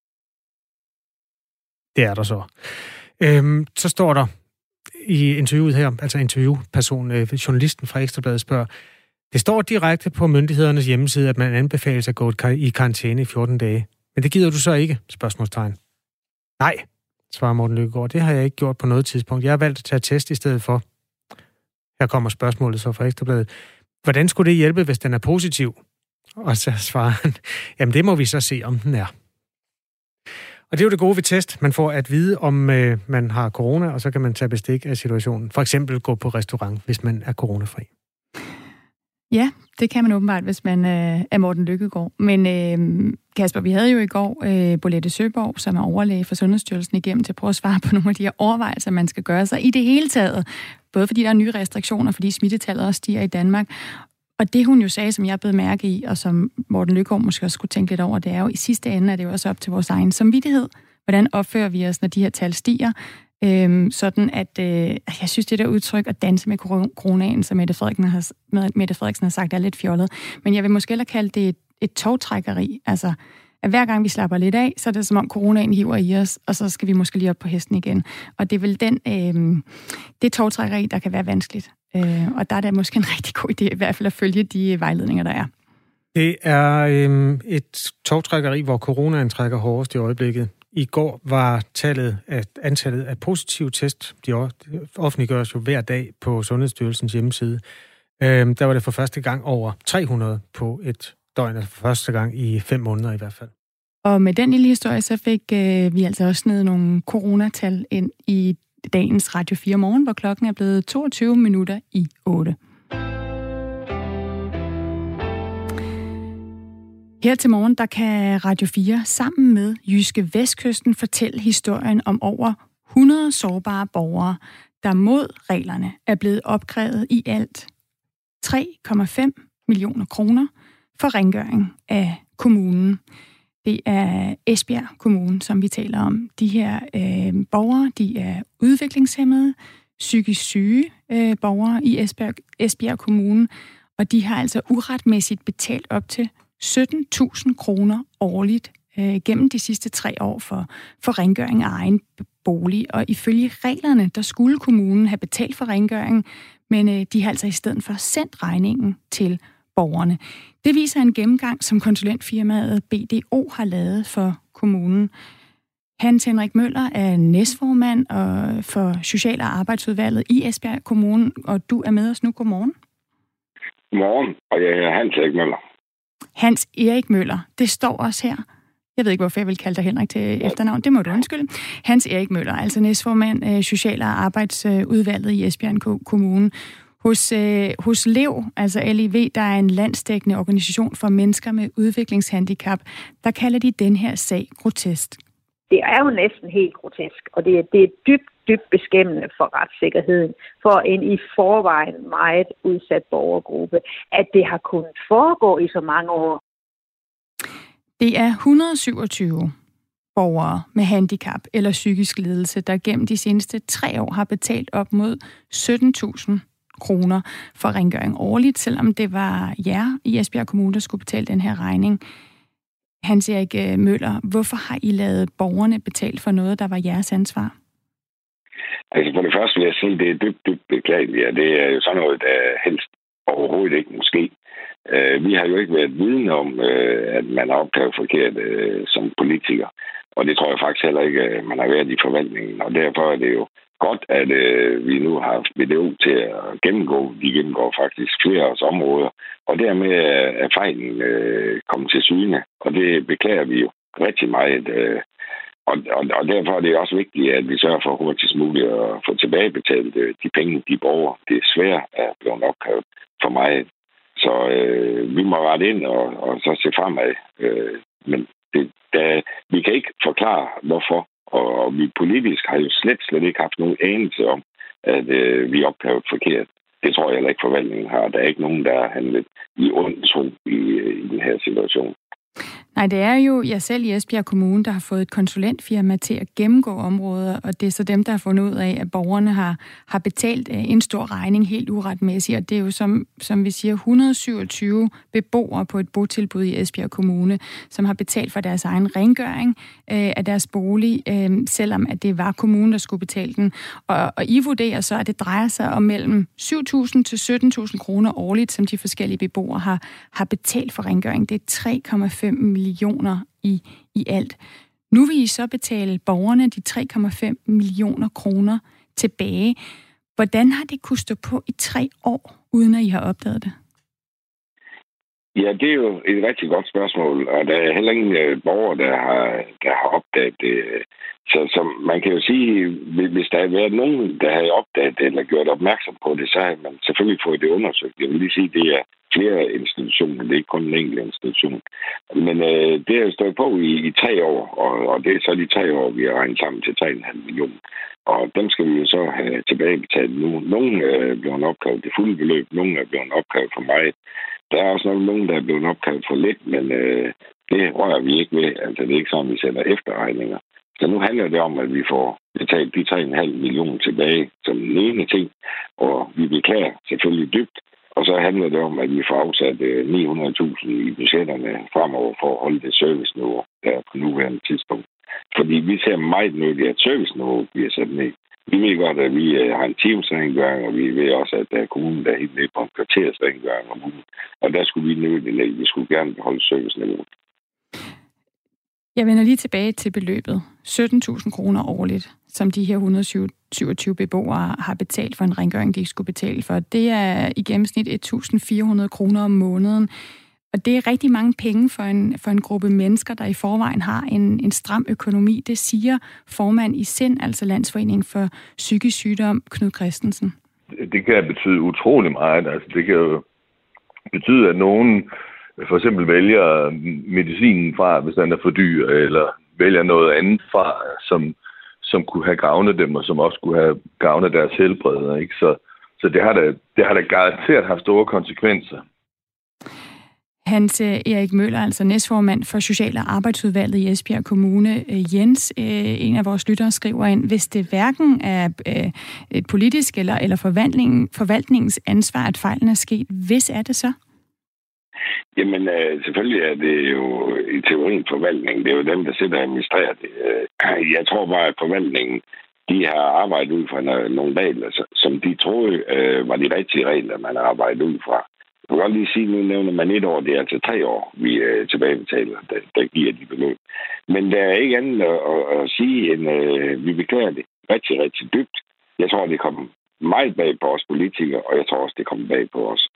Det er der så. Så står der i interviewet her, altså interviewpersonen, journalisten fra Ekstrabladet spørger, det står direkte på myndighedernes hjemmeside, at man anbefales at gå i karantæne i 14 dage. Men det gider du så ikke? Spørgsmålstegn. Nej, svarer Morten Lykkegaard. Det har jeg ikke gjort på noget tidspunkt. Jeg har valgt at tage test i stedet for. Her kommer spørgsmålet så fra Ekstrabladet. Hvordan skulle det hjælpe, hvis den er positiv? Og så svarer han, jamen det må vi så se, om den er. Og det er jo det gode ved test. Man får at vide, om man har corona, og så kan man tage bestik af situationen. For eksempel gå på restaurant, hvis man er coronafri. Ja, det kan man åbenbart, hvis man er Morten Lykkegaard. Men Kasper, vi havde jo i går Bolette Søborg, som er overlæge for Sundhedsstyrelsen igennem til at prøve at svare på nogle af de her overvejelser, man skal gøre sig i det hele taget. Både fordi der er nye restriktioner, fordi smittetallet også stiger i Danmark. Og det hun jo sagde, som jeg blev mærke i, og som Morten Lykkegaard måske også skulle tænke lidt over, det er jo i sidste ende, er det jo også op til vores egen samvittighed. Hvordan opfører vi os, når de her tal stiger? Sådan at jeg synes, det der udtryk at danse med coronaen, som Mette Frederiksen har sagt, er lidt fjollet. Men jeg vil måske hellere kalde det et togtrækkeri. Altså, at hver gang vi slapper lidt af, så er det som om coronaen hiver i os, og så skal vi måske lige op på hesten igen. Og det er vel det togtrækkeri, der kan være vanskeligt. Og der er det måske en rigtig god idé, i hvert fald at følge de vejledninger, der er. Det er et togtrækkeri, hvor coronaen trækker hårdest i øjeblikket. I går var antallet af positive test, de offentliggøres jo hver dag på Sundhedsstyrelsens hjemmeside. Der var det for første gang over 300 på et døgn, altså for første gang i 5 måneder i hvert fald. Og med den lille historie, så fik vi altså også ned nogle coronatal ind i dagens Radio 4 morgen, hvor klokken er blevet 22 minutter i 8. Her til morgen, der kan Radio 4 sammen med Jyske Vestkysten fortælle historien om over 100 sårbare borgere, der mod reglerne er blevet opkrævet i alt 3,5 millioner kroner for rengøring af kommunen. Det er Esbjerg Kommune, som vi taler om. De her borgere, de er udviklingshæmmede, psykisk syge borgere i Esbjerg Kommune, og de har altså uretmæssigt betalt op til 17.000 kroner årligt gennem de sidste 3 år for rengøring af egen bolig. Og ifølge reglerne, der skulle kommunen have betalt for rengøring, men de har altså i stedet for sendt regningen til borgerne. Det viser en gennemgang, som konsulentfirmaet BDO har lavet for kommunen. Hans Henrik Møller er næstformand for Social- og Arbejdsudvalget i Esbjerg Kommune, og du er med os nu. Godmorgen. Godmorgen, og jeg hedder Hans Erik Møller. Hans Erik Møller, det står også her Jeg ved ikke, hvorfor jeg vil kalde dig Henrik til efternavn. Det må du undskylde. Hans Erik Møller, altså næstformand Social- og Arbejdsudvalget i Esbjerg Kommune. Hos LEV, altså LIV, der er en landsdækkende organisation for mennesker med udviklingshandicap, der kalder de den her sag grotesk. Det er jo næsten helt grotesk, og det er dybt beskæmmende for retssikkerheden, for en i forvejen meget udsat borgergruppe, at det har kunnet foregå i så mange år. Det er 127 borgere med handicap eller psykisk lidelse, der gennem de seneste 3 år har betalt op mod 17.000 kroner for rengøring årligt, selvom det var jer i Esbjerg Kommune, der skulle betale den her regning. Hans Erik Møller, hvorfor har I ladet borgerne betale for noget, der var jeres ansvar? Altså for det første vil jeg sige, at det er dybt beklageligt, og det er jo sådan noget, der helst overhovedet ikke måske. Vi har jo ikke været vidne om, at man har optaget forkert som politiker. Og det tror jeg faktisk heller ikke, man har været i forvaltningen. Og derfor er det jo godt, at vi nu har haft BDO til at gennemgå. De gennemgår faktisk flere års områder. Og dermed er fejlen kommet til syne. Og det beklager vi jo rigtig meget. Og derfor er det også vigtigt, at vi sørger for hurtigst muligt at få tilbagebetalt de penge, de borgere. Det er svært at blive opkrævet for mig. Så vi må rette ind og så se fremad. Men vi kan ikke forklare, hvorfor. Og vi politisk har jo slet ikke haft nogen anelse om, at vi er opkrævet forkert. Det tror jeg heller ikke, forvaltningen har. Der er ikke nogen, der har handlet i ond tro i den her situation. Nej, det er jo jeg selv i Esbjerg Kommune, der har fået et konsulentfirma til at gennemgå områder, og det er så dem, der har fundet ud af, at borgerne har betalt en stor regning helt uretmæssigt, og det er jo som vi siger 127 beboere på et botilbud i Esbjerg Kommune, som har betalt for deres egen rengøring af deres bolig, selvom at det var kommunen, der skulle betale den. Og I vurderer så, at det drejer sig om mellem 7.000 til 17.000 kroner årligt, som de forskellige beboere har betalt for rengøring. Det er 3,5 millioner i alt. Nu vil I så betale borgerne de 3,5 millioner kroner tilbage. Hvordan har det kunnet stå på i 3 år, uden at I har opdaget det? Ja, det er jo et rigtig godt spørgsmål, og der er heller ingen borgere, der har opdaget det. Så man kan jo sige, hvis der har været nogen, der har opdaget det eller gjort opmærksom på det, så har man selvfølgelig fået det undersøgt. Jeg vil lige sige, det er flere institutioner, det er ikke kun en enkelt institution. Men det har stået på i 3 år, og det er så de 3 år, vi har regnet sammen til 3,5 millioner. Og dem skal vi jo så have tilbagebetalt nu. Nogle er blevet opkrævet det fulde beløb, nogle er blevet opkrævet for meget. Der er også nogen, der er blevet opkrævet for lidt, men det rører vi ikke ved. Altså, det er ikke sådan, vi sender efterregninger. Så nu handler det om, at vi får betalt de 3,5 millioner tilbage som den ene ting, og vi beklager selvfølgelig dybt. Og så handler det om, at vi får afsat 900.000 i budgetterne fremover for at holde det serviceniveau der på nuværende tidspunkt. Fordi vi ser meget nødvendigt, at serviceniveau bliver sat ned. Vi ved godt, at vi har en timesrengøring, og vi ved også, at der er kommunen, der er helt ned på en kvartersrengøring om ugen. Og der skulle vi nødvendigt ned. Vi skulle gerne beholde serviceniveauet. Jeg vender lige tilbage til beløbet. 17.000 kroner årligt, som de her 127 beboere har betalt for en rengøring, de ikke skulle betale for. Det er i gennemsnit 1.400 kroner om måneden. Og det er rigtig mange penge for en gruppe mennesker, der i forvejen har en stram økonomi. Det siger formand i SIND, altså Landsforeningen for Psykisk Sygdom, Knud Christensen. Det kan betyde utrolig meget. Altså, det kan jo betyde, at nogen for eksempel vælger medicinen fra, hvis den er for dyr, eller vælger noget andet fra, som kunne have gavnet dem, og som også kunne have gavnet deres helbred. Ikke? Så det har da garanteret haft store konsekvenser. Hans Erik Møller, altså næstformand for Social- og Arbejdsudvalget i Esbjerg Kommune. Jens, en af vores lyttere, skriver ind, hvis det hverken er et politisk eller forvaltningens ansvar, at fejlen er sket, hvis er det så? Jamen, selvfølgelig er det jo i teorien forvaltningen. Det er jo dem, der sidder og administrerer det. Jeg tror bare, at forvaltningen, de har arbejdet ud fra nogle regler, som de troede var de rigtige regler, man har arbejdet ud fra. Jeg kan godt lige sige, nu nævner man 1 år, det er altså 3 år, vi tilbagebetaler, der giver de beløb. Men der er ikke andet at sige, end vi beklager det rigtig, rigtig dybt. Jeg tror, det kommer meget bag på os politikere, og jeg tror også, det kommer bag på os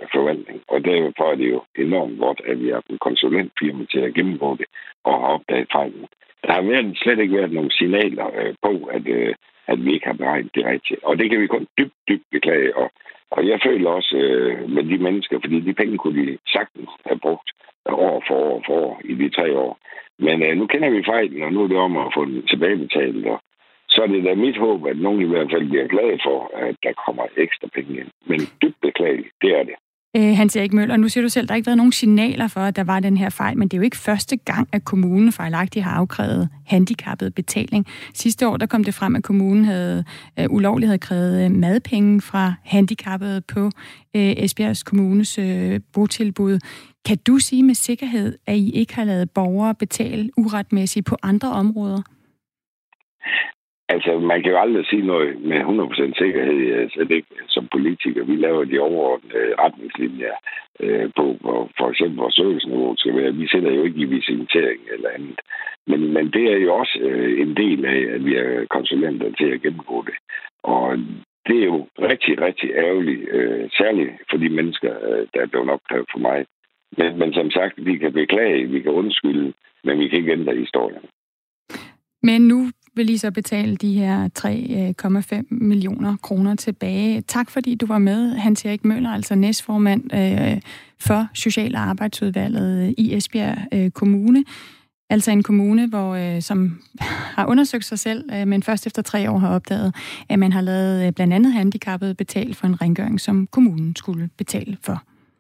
forvaltning. Og derfor er det jo enormt godt, at vi har en konsulentfirma til at gennemgå det og har opdaget fejlen. Der har slet ikke været nogle signaler på, at vi ikke har beregnet det rigtigt. Og det kan vi kun dybt beklage. Og jeg føler også med de mennesker, fordi de penge kunne de sagtens have brugt år for år i de 3 år. Men nu kender vi fejlen, og nu er det om at få den tilbagebetalt. Og så er det da mit håb, at nogen i hvert fald bliver glade for, at der kommer ekstra penge ind. Men dybt beklageligt, det er det. Hans Erik Møller, nu siger du selv, at der ikke været nogen signaler for, at der var den her fejl, men det er jo ikke første gang, at kommunen fejlagtigt har afkrævet handicappet betaling. Sidste år der kom det frem, at kommunen havde ulovligt havde krævet madpenge fra handicappede på Esbjergs Kommunes botilbud. Kan du sige med sikkerhed, at I ikke har ladet borgere betale uretmæssigt på andre områder? Altså, man kan jo aldrig sige noget med 100% sikkerhed, altså det som politiker. Vi laver de overordnede retningslinjer på, for eksempel vores serviceniveau skal være. Vi sætter jo ikke i visitering eller andet. Men det er jo også en del af, at vi er konsulenter til at gennemgå det. Og det er jo rigtig, rigtig ærgerligt, særligt for de mennesker, der er blevet opkrævet for mig. Men som sagt, vi kan beklage, vi kan undskylde, men vi kan ikke ændre historien. Men nu vil I så betale de her 3,5 millioner kroner tilbage. Tak fordi du var med, Hans Erik Møller, altså næstformand for Social- og Arbejdsudvalget i Esbjerg Kommune. Altså en kommune, som har undersøgt sig selv, men først efter 3 år har opdaget, at man har lavet blandt andet handicappede betale for en rengøring, som kommunen skulle betale for.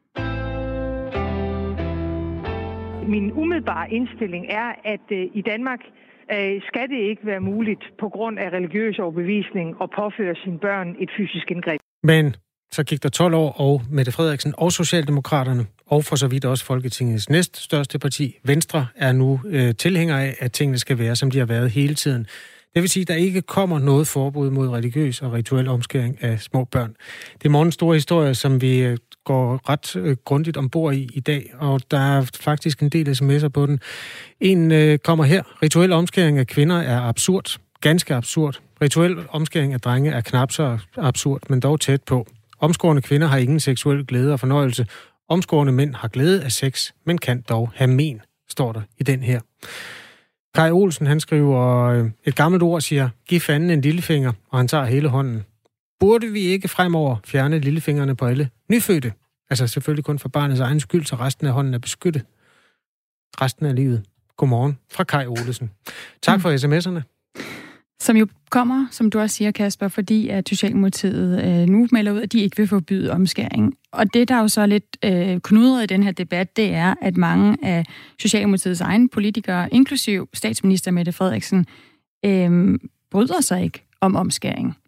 Min umiddelbare indstilling er, at i Danmark skal det ikke være muligt på grund af religiøs overbevisning at påføre sine børn et fysisk indgreb. Men så gik der 12 år, og Mette Frederiksen og Socialdemokraterne, og for så vidt også Folketingets næststørste parti, Venstre, er nu tilhængere af, at tingene skal være, som de har været hele tiden. Det vil sige, at der ikke kommer noget forbud mod religiøs og rituel omskæring af små børn. Det er morgens store historie, som vi går ret grundigt ombord i dag, og der er faktisk en del sms'er på den. En kommer her. Rituel omskæring af kvinder er absurd. Ganske absurd. Rituel omskæring af drenge er knap så absurd, men dog tæt på. Omskårne kvinder har ingen seksuel glæde og fornøjelse. Omskårne mænd har glæde af sex, men kan dog have men, står der i den her. Kai Olsen, han skriver et gammelt ord, siger, giv fanden en lillefinger, og han tager hele hånden. Burde vi ikke fremover fjerne lillefingrene på alle nyfødte? Altså selvfølgelig kun for barnets egen skyld, så resten af hånden er beskyttet. Resten af livet. Godmorgen fra Kai Olsen. Tak for sms'erne. Som jo kommer, som du også siger, Kasper, fordi at Socialdemokratiet nu melder ud, at de ikke vil forbyde omskæring. Og det, der er jo så lidt knudret i den her debat, det er, at mange af Socialdemokratiets egne politikere, inklusiv statsminister Mette Frederiksen, bryder sig ikke om omskæring.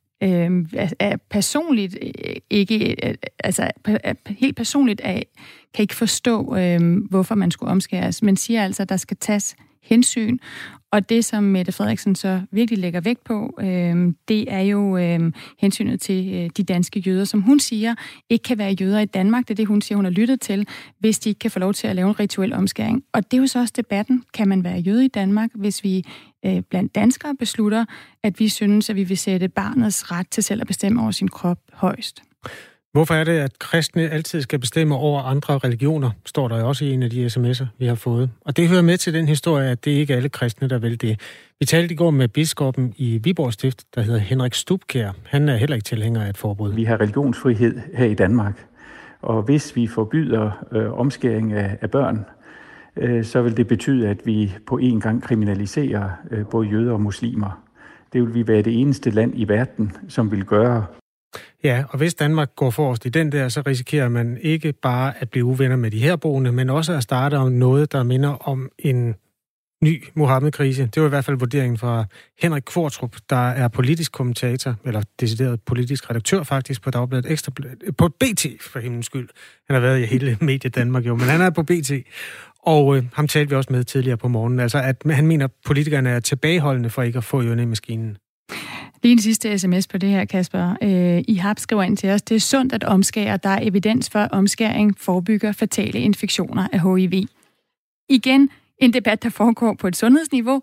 Personligt ikke, altså helt personligt kan ikke forstå, hvorfor man skulle omskæres, men siger altså, at der skal tages hensyn. Og det, som Mette Frederiksen så virkelig lægger vægt på, det er jo hensynet til de danske jøder, som hun siger, ikke kan være jøder i Danmark. Det er det, hun siger, hun har lyttet til, hvis de ikke kan få lov til at lave en rituel omskæring. Og det er jo så også debatten. Kan man være jøde i Danmark, hvis vi blandt danskere beslutter, at vi synes, at vi vil sætte barnets ret til selv at bestemme over sin krop højst? Hvorfor er det, at kristne altid skal bestemme over andre religioner, står der også i en af de sms'er, vi har fået. Og det hører med til den historie, at det ikke er alle kristne, der vil det. Vi talte i går med biskoppen i Viborg Stift, der hedder Henrik Stubkjær. Han er heller ikke tilhænger af et forbud. Vi har religionsfrihed her i Danmark, og hvis vi forbyder omskæring af børn, så vil det betyde, at vi på en gang kriminaliserer både jøder og muslimer. Det vil vi være det eneste land i verden, som vil gøre. Ja, og hvis Danmark går forrest i den der, så risikerer man ikke bare at blive uvenner med de herboende, men også at starte om noget, der minder om en ny Mohammed-krise. Det var i hvert fald vurderingen fra Henrik Kvartrup, der er politisk kommentator, eller decideret politisk redaktør faktisk på Dagbladet Ekstra, på BT for himlens skyld. Han har været i hele mediet Danmark jo, men han er på BT. Og ham talte vi også med tidligere på morgenen. Altså, at han mener, at politikerne er tilbageholdende for ikke at få ørerne i maskinen. Lige en sidste sms på det her, Kasper. IHAP skriver ind til os, det er sundt at omskære. Der er evidens for, at omskæring forebygger fatale infektioner af HIV. Igen en debat, der foregår på et sundhedsniveau.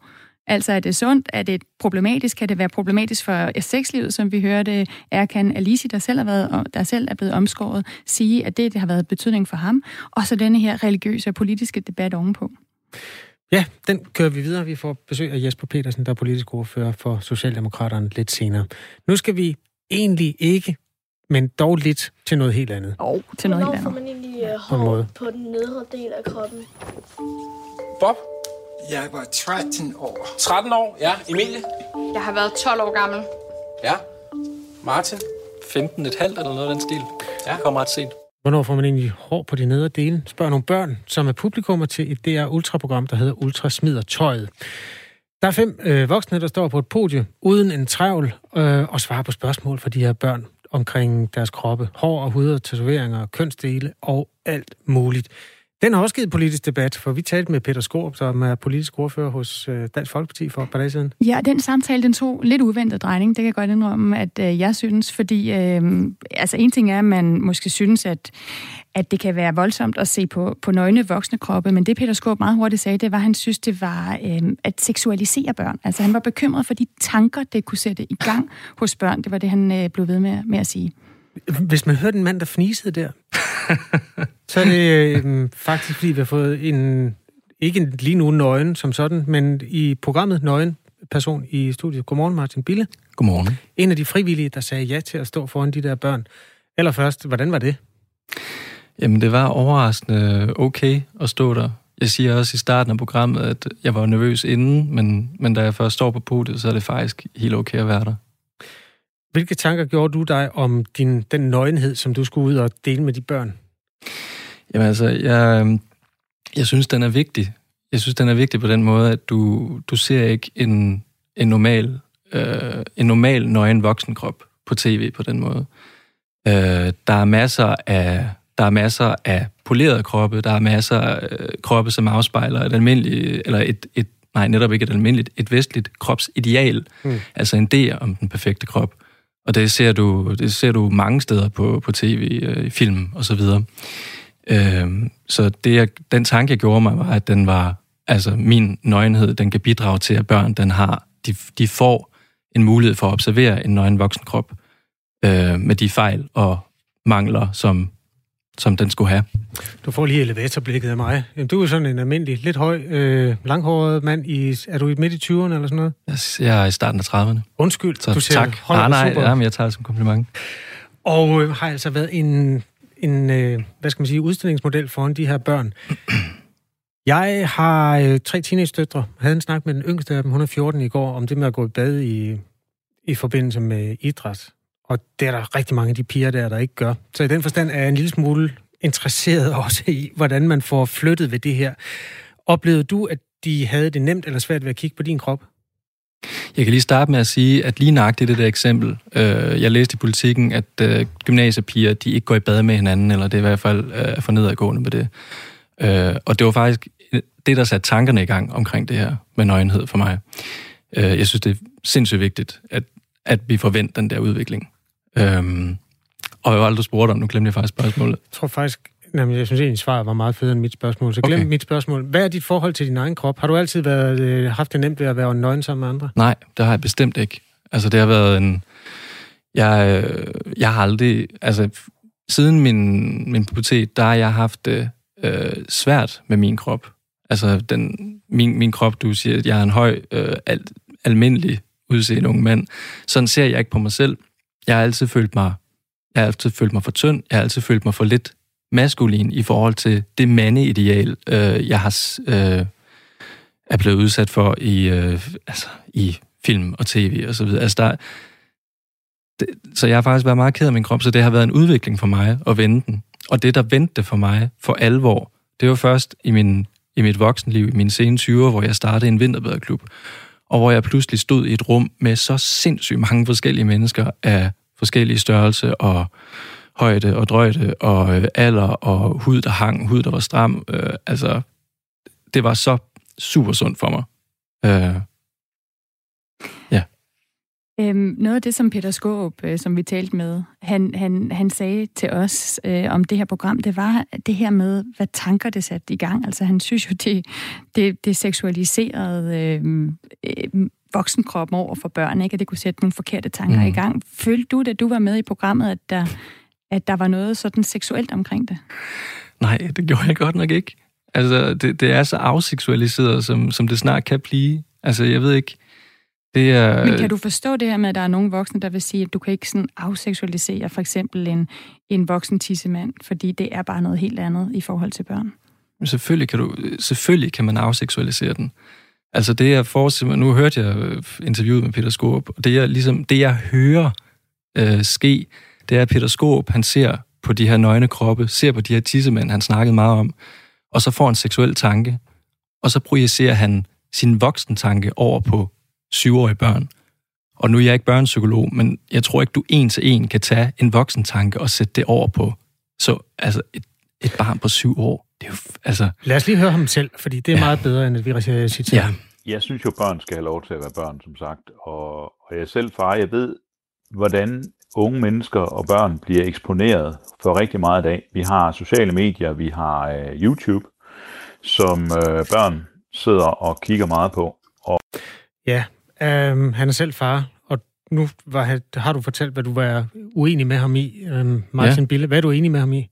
Altså, er det sundt? Er det problematisk? Kan det være problematisk for sexlivet, som vi hørte Erkan Alisi, der selv er blevet omskåret, sige, at det har været betydning for ham? Og så denne her religiøse og politiske debat ovenpå. Ja, den kører vi videre. Vi får besøg af Jesper Petersen, der er politisk ordfører for Socialdemokraterne lidt senere. Nu skal vi egentlig ikke, men dog lidt til noget helt andet. Til noget helt andet. Hvornår får man egentlig hår på den nedre del af kroppen? Bob? Jeg var 13 år. 13 år? Ja. Emilie? Jeg har været 12 år gammel. Ja. Martin? 15,5 eller noget af den stil. Ja, kommer ret sent. Hvornår får man egentlig hår på de nedre dele? Spørger nogle børn, som er publikummer til et DR Ultra-program, der hedder Ultra Smider Tøjet. Der er 5 voksne, der står på et podie uden en trævl og svarer på spørgsmål fra de her børn omkring deres kroppe. Hår og hud og tatoveringer, kønsdele og alt muligt. Den har også givet politisk debat, for vi talte med Peter Skaarup, som er politisk ordfører hos Dansk Folkeparti for et par dage siden. Ja, den samtale, den tog lidt uventet drejning. Det kan jeg godt indrømme, at jeg synes, fordi en ting er, at man måske synes, at det kan være voldsomt at se på nøgne voksne kroppe, men det Peter Skaarup meget hurtigt sagde, det var, at han synes, det var at seksualisere børn. Altså han var bekymret for de tanker, det kunne sætte i gang hos børn. Det var det, han blev ved med at sige. Hvis man hørte en mand, der fnisede der, så er det faktisk, fordi vi har fået ikke lige nu nøgen som sådan, men i programmet nøgen person i studiet. Godmorgen, Martin Bille. Godmorgen. En af de frivillige, der sagde ja til at stå foran de der børn. Allerførst, hvordan var det? Jamen, det var overraskende okay at stå der. Jeg siger også i starten af programmet, at jeg var nervøs inden, men da jeg først står på podiet, så er det faktisk helt okay at være der. Hvilke tanker gjorde du dig om den nøgenhed, som du skulle ud og dele med de børn? Jamen altså, jeg synes, den er vigtig. Jeg synes, den er vigtig på den måde, at du ser ikke en normal nøgen voksenkrop på tv på den måde. Der er masser af polerede kroppe, der er masser af kroppe, som afspejler et almindeligt, eller et vestligt kropsideal, altså en idé om den perfekte krop. Og det ser du mange steder på tv, i film og så videre. Så den tanke, jeg gjorde mig, var, at den var, altså min nøgenhed, den kan bidrage til, at børn, de får en mulighed for at observere en nøgen voksenkrop med de fejl og mangler, som den skulle have. Du får lige elevatorblikket af mig. Du er sådan en almindelig, lidt høj, langhåret mand. Er du midt i 20'erne eller sådan noget? Jeg er i starten af 30'erne. Undskyld, så du ser tak. Nej, men jeg tager det som kompliment. Og har altså været en udstillingsmodel foran de her børn. Jeg har 3 teenage-døtre. Jeg havde en snak med den yngste af dem, hun er 14 i går, om det med at gå i bad i forbindelse med idræt. Og det er der rigtig mange af de piger der ikke gør. Så i den forstand er jeg en lille smule interesseret også i, hvordan man får flyttet ved det her. Oplevede du, at de havde det nemt eller svært ved at kigge på din krop? Jeg kan lige starte med at sige, at lige nøjagtigt det der eksempel. Jeg læste i Politikken, at gymnasiepiger, de ikke går i bad med hinanden, eller det er i hvert fald for nedadgående med det. Og det var faktisk det, der satte tankerne i gang omkring det her med nøgenhed for mig. Jeg synes, det er sindssygt vigtigt, at vi får vendt den der udvikling. Og jeg har aldrig spurgt om, nu glemte jeg faktisk spørgsmålet. Jeg tror faktisk, jeg synes egentlig, svaret var meget federe end mit spørgsmål, så glem mit spørgsmål. Hvad er dit forhold til din egen krop? Har du altid haft det nemt ved at være nøgen sammen med andre? Nej, det har jeg bestemt ikke. Altså, det har været jeg har aldrig... Altså, siden min pubertet, der har jeg haft det svært med min krop. Altså, min krop, du siger, at jeg er en høj, almindelig udseende ung mand. Sådan ser jeg ikke på mig selv. Jeg har altid følt mig for tynd. Jeg har altid følt mig for lidt maskulin i forhold til det mandeideal, jeg er blevet udsat for i film og tv og så videre. Altså så jeg har faktisk været meget ked af min krop, så det har været en udvikling for mig at vende den. Og det, der vendte for mig for alvor, det var først i mit voksenliv, i mine sene 20'er, hvor jeg startede en vinterbadeklub, og hvor jeg pludselig stod i et rum med så sindssygt mange forskellige mennesker af forskellige størrelse og højde og drøjde og alder og hud, der hang, hud, der var stram. Altså, det var så super sundt for mig. Ja. Noget af det, som Peter Skaarup, som vi talte med, han sagde til os om det her program, det var det her med, hvad tanker det satte i gang. Altså han synes jo, det seksualiserede voksenkroppen over for børn, ikke? At det kunne sætte nogle forkerte tanker i gang. Følte du, da du var med i programmet, at der var noget sådan seksuelt omkring det? Nej, det gjorde jeg godt nok ikke. Altså, det er så afseksualiseret, som det snart kan blive. Altså, jeg ved ikke, det er... Men kan du forstå det her med, at der er nogle voksne, der vil sige, at du kan ikke sådan afseksualisere for eksempel en voksen tissemand, fordi det er bare noget helt andet i forhold til børn? Selvfølgelig kan man afseksualisere den. Altså, det jeg forestiller mig... Nu hørte jeg interviewet med Peter Skaarup, og det jeg hører ske, det er, at Peter Skaarup, han ser på de her nøgne kroppe, ser på de her tissemænd, han snakkede meget om, og så får en seksuel tanke, og så projicerer han sin voksentanke over på 7-årige børn. Og nu er jeg ikke børnepsykolog, men jeg tror ikke, du en til en kan tage en voksentanke og sætte det over på så altså et barn på 7 år. Det er jo, altså... Lad os lige høre ham selv, fordi det er meget bedre, end at vi citerer. Jeg synes jo, børn skal have lov til at være børn, som sagt. Og jeg er selv far, jeg ved, hvordan unge mennesker og børn bliver eksponeret for rigtig meget i dag. Vi har sociale medier, vi har YouTube, som børn sidder og kigger meget på. Og... Ja, han er selv far, og nu har du fortalt, hvad du var uenig med ham i, Martin Bille. Hvad er du enig med ham i?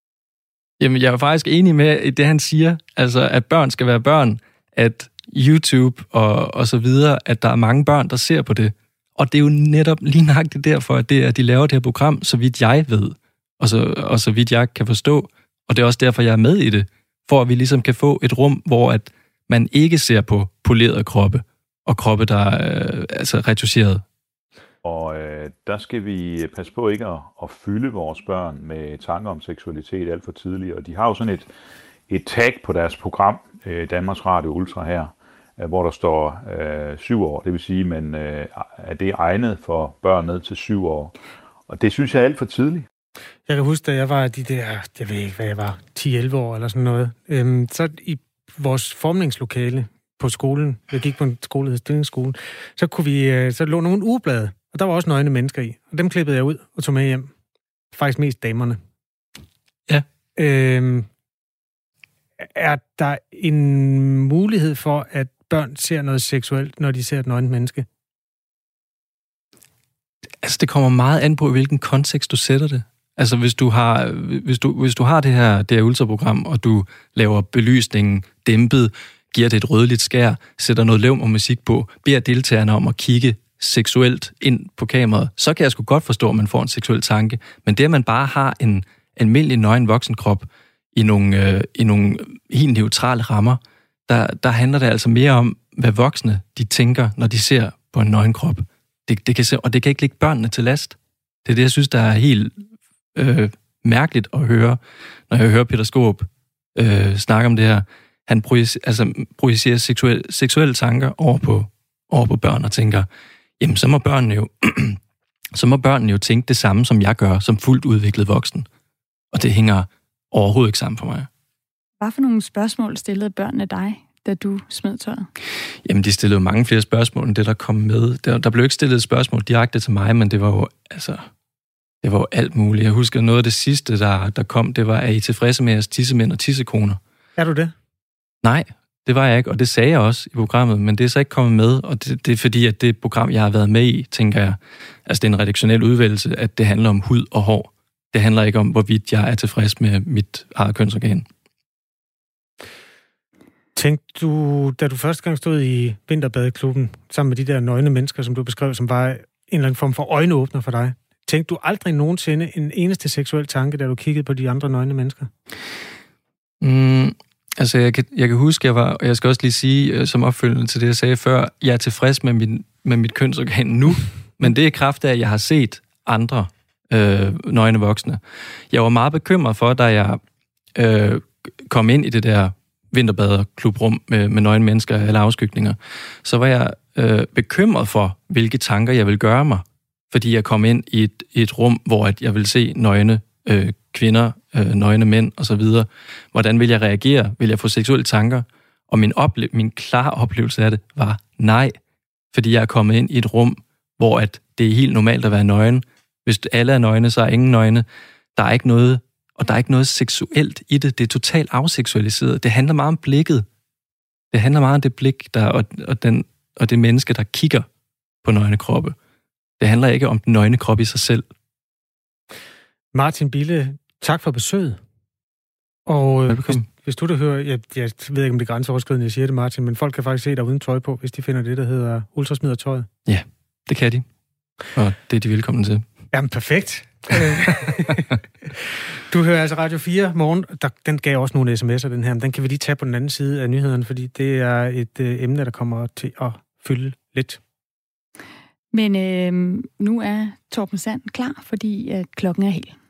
Jamen, jeg er faktisk enig med det, han siger. Altså, at børn skal være børn, at YouTube og så videre, at der er mange børn, der ser på det. Og det er jo netop lige nøjagtigt derfor, at de laver det her program, så vidt jeg ved, og så vidt jeg kan forstå. Og det er også derfor, jeg er med i det, for at vi ligesom kan få et rum, hvor at man ikke ser på polerede kroppe, og kroppe, der er retoucheret. Og der skal vi passe på ikke at fylde vores børn med tanker om seksualitet alt for tidligt. Og de har jo sådan et tag på deres program, Danmarks Radio Ultra her, hvor der står 7 år. Det vil sige, at det er egnet for børn ned til 7 år. Og det synes jeg er alt for tidligt. Jeg kan huske, da jeg var jeg ved ikke, hvad jeg var, 10-11 år eller sådan noget. Så i vores formningslokale på skolen, jeg gik på en skole, der hed Stillingsskolen, så lå nogle ugeblade, og der var også nøgne mennesker i. Og dem klippede jeg ud og tog med hjem. Faktisk mest damerne. Ja. Er der en mulighed for, at børn ser noget seksuelt, når de ser et nøgent menneske? Altså, det kommer meget an på, i hvilken kontekst du sætter det. Altså, hvis du har det her ultraprogram, og du laver belysningen dæmpet, giver det et rødligt skær, sætter noget levm og musik på, beder deltagerne om at kigge seksuelt ind på kameraet, så kan jeg sgu godt forstå, at man får en seksuel tanke. Men det, at man bare har en almindelig nøgen voksenkrop i nogle helt neutrale rammer, der handler det altså mere om, hvad voksne de tænker, når de ser på en nøgen krop. Og det kan ikke ligge børnene til last. Det er det, jeg synes, der er helt mærkeligt at høre, når jeg hører Peter Skaarup snakke om det her. Han projicerer seksuelle tanker over på børn og tænker, jamen så må børnene jo tænke det samme, som jeg gør, som fuldt udviklet voksen. Og det hænger overhovedet ikke sammen for mig. Hvad for nogle spørgsmål stillede børnene dig, da du smed tøjet? Jamen, de stillede jo mange flere spørgsmål, end det, der kom med. Der blev ikke stillet spørgsmål direkte til mig, men det var jo alt muligt. Jeg husker noget af det sidste, der kom, det var, er I tilfredse med jeres tissemænd og tissekoner? Er du det? Nej, det var jeg ikke, og det sagde jeg også i programmet, men det er så ikke kommet med, og det er fordi, at det program, jeg har været med i, tænker jeg, altså det er en redaktionel udvælgelse, at det handler om hud og hår. Det handler ikke om, hvorvidt jeg er tilfreds med mit eget kønsorgan. Tænkte du, da du første gang stod i vinterbadeklubben, sammen med de der nøgne mennesker, som du beskrev, som var en eller anden form for øjenåbner for dig, tænkte du aldrig nogensinde en eneste seksuel tanke, da du kiggede på de andre nøgne mennesker? Altså, jeg kan huske, og jeg skal også lige sige, som opfølgende til det, jeg sagde før, jeg er tilfreds med mit kønsorgan nu, men det er kraft af, at jeg har set andre nøgne voksne. Jeg var meget bekymret for, da jeg kom ind i det der vinterbaderklubrum med nøgne mennesker og alle afskygninger, så var jeg bekymret for, hvilke tanker jeg ville gøre mig, fordi jeg kom ind i et rum, hvor jeg ville se nøgne kvinder, nøgne mænd osv. Hvordan vil jeg reagere? Vil jeg få seksuelle tanker? Og min klare oplevelse af det var nej, fordi jeg er kommet ind i et rum, hvor at det er helt normalt at være nøgen. Hvis alle er nøgne, så er ingen nøgne. Der er ikke noget, og der er ikke noget seksuelt i det. Det er totalt afseksualiseret. Det handler meget om blikket. Det handler meget om det blik, og det menneske, der kigger på nøgne kroppe. Det handler ikke om den nøgne krop i sig selv. Martin Bille, tak for besøget. Og hvis du det hører, jeg ved ikke, om det er grænseoverskridende, jeg siger det, Martin, men folk kan faktisk se dig uden tøj på, hvis de finder det, der hedder ultrasmidertøjet. Ja, det kan de. Og det er de velkommen til. Jamen, perfekt. Du hører altså Radio 4 morgen. Den gav også nogle sms'er, den her, men den kan vi lige tage på den anden side af nyhederne, fordi det er et emne, der kommer til at fylde lidt. Men nu er Torben Sand klar, fordi klokken er helt.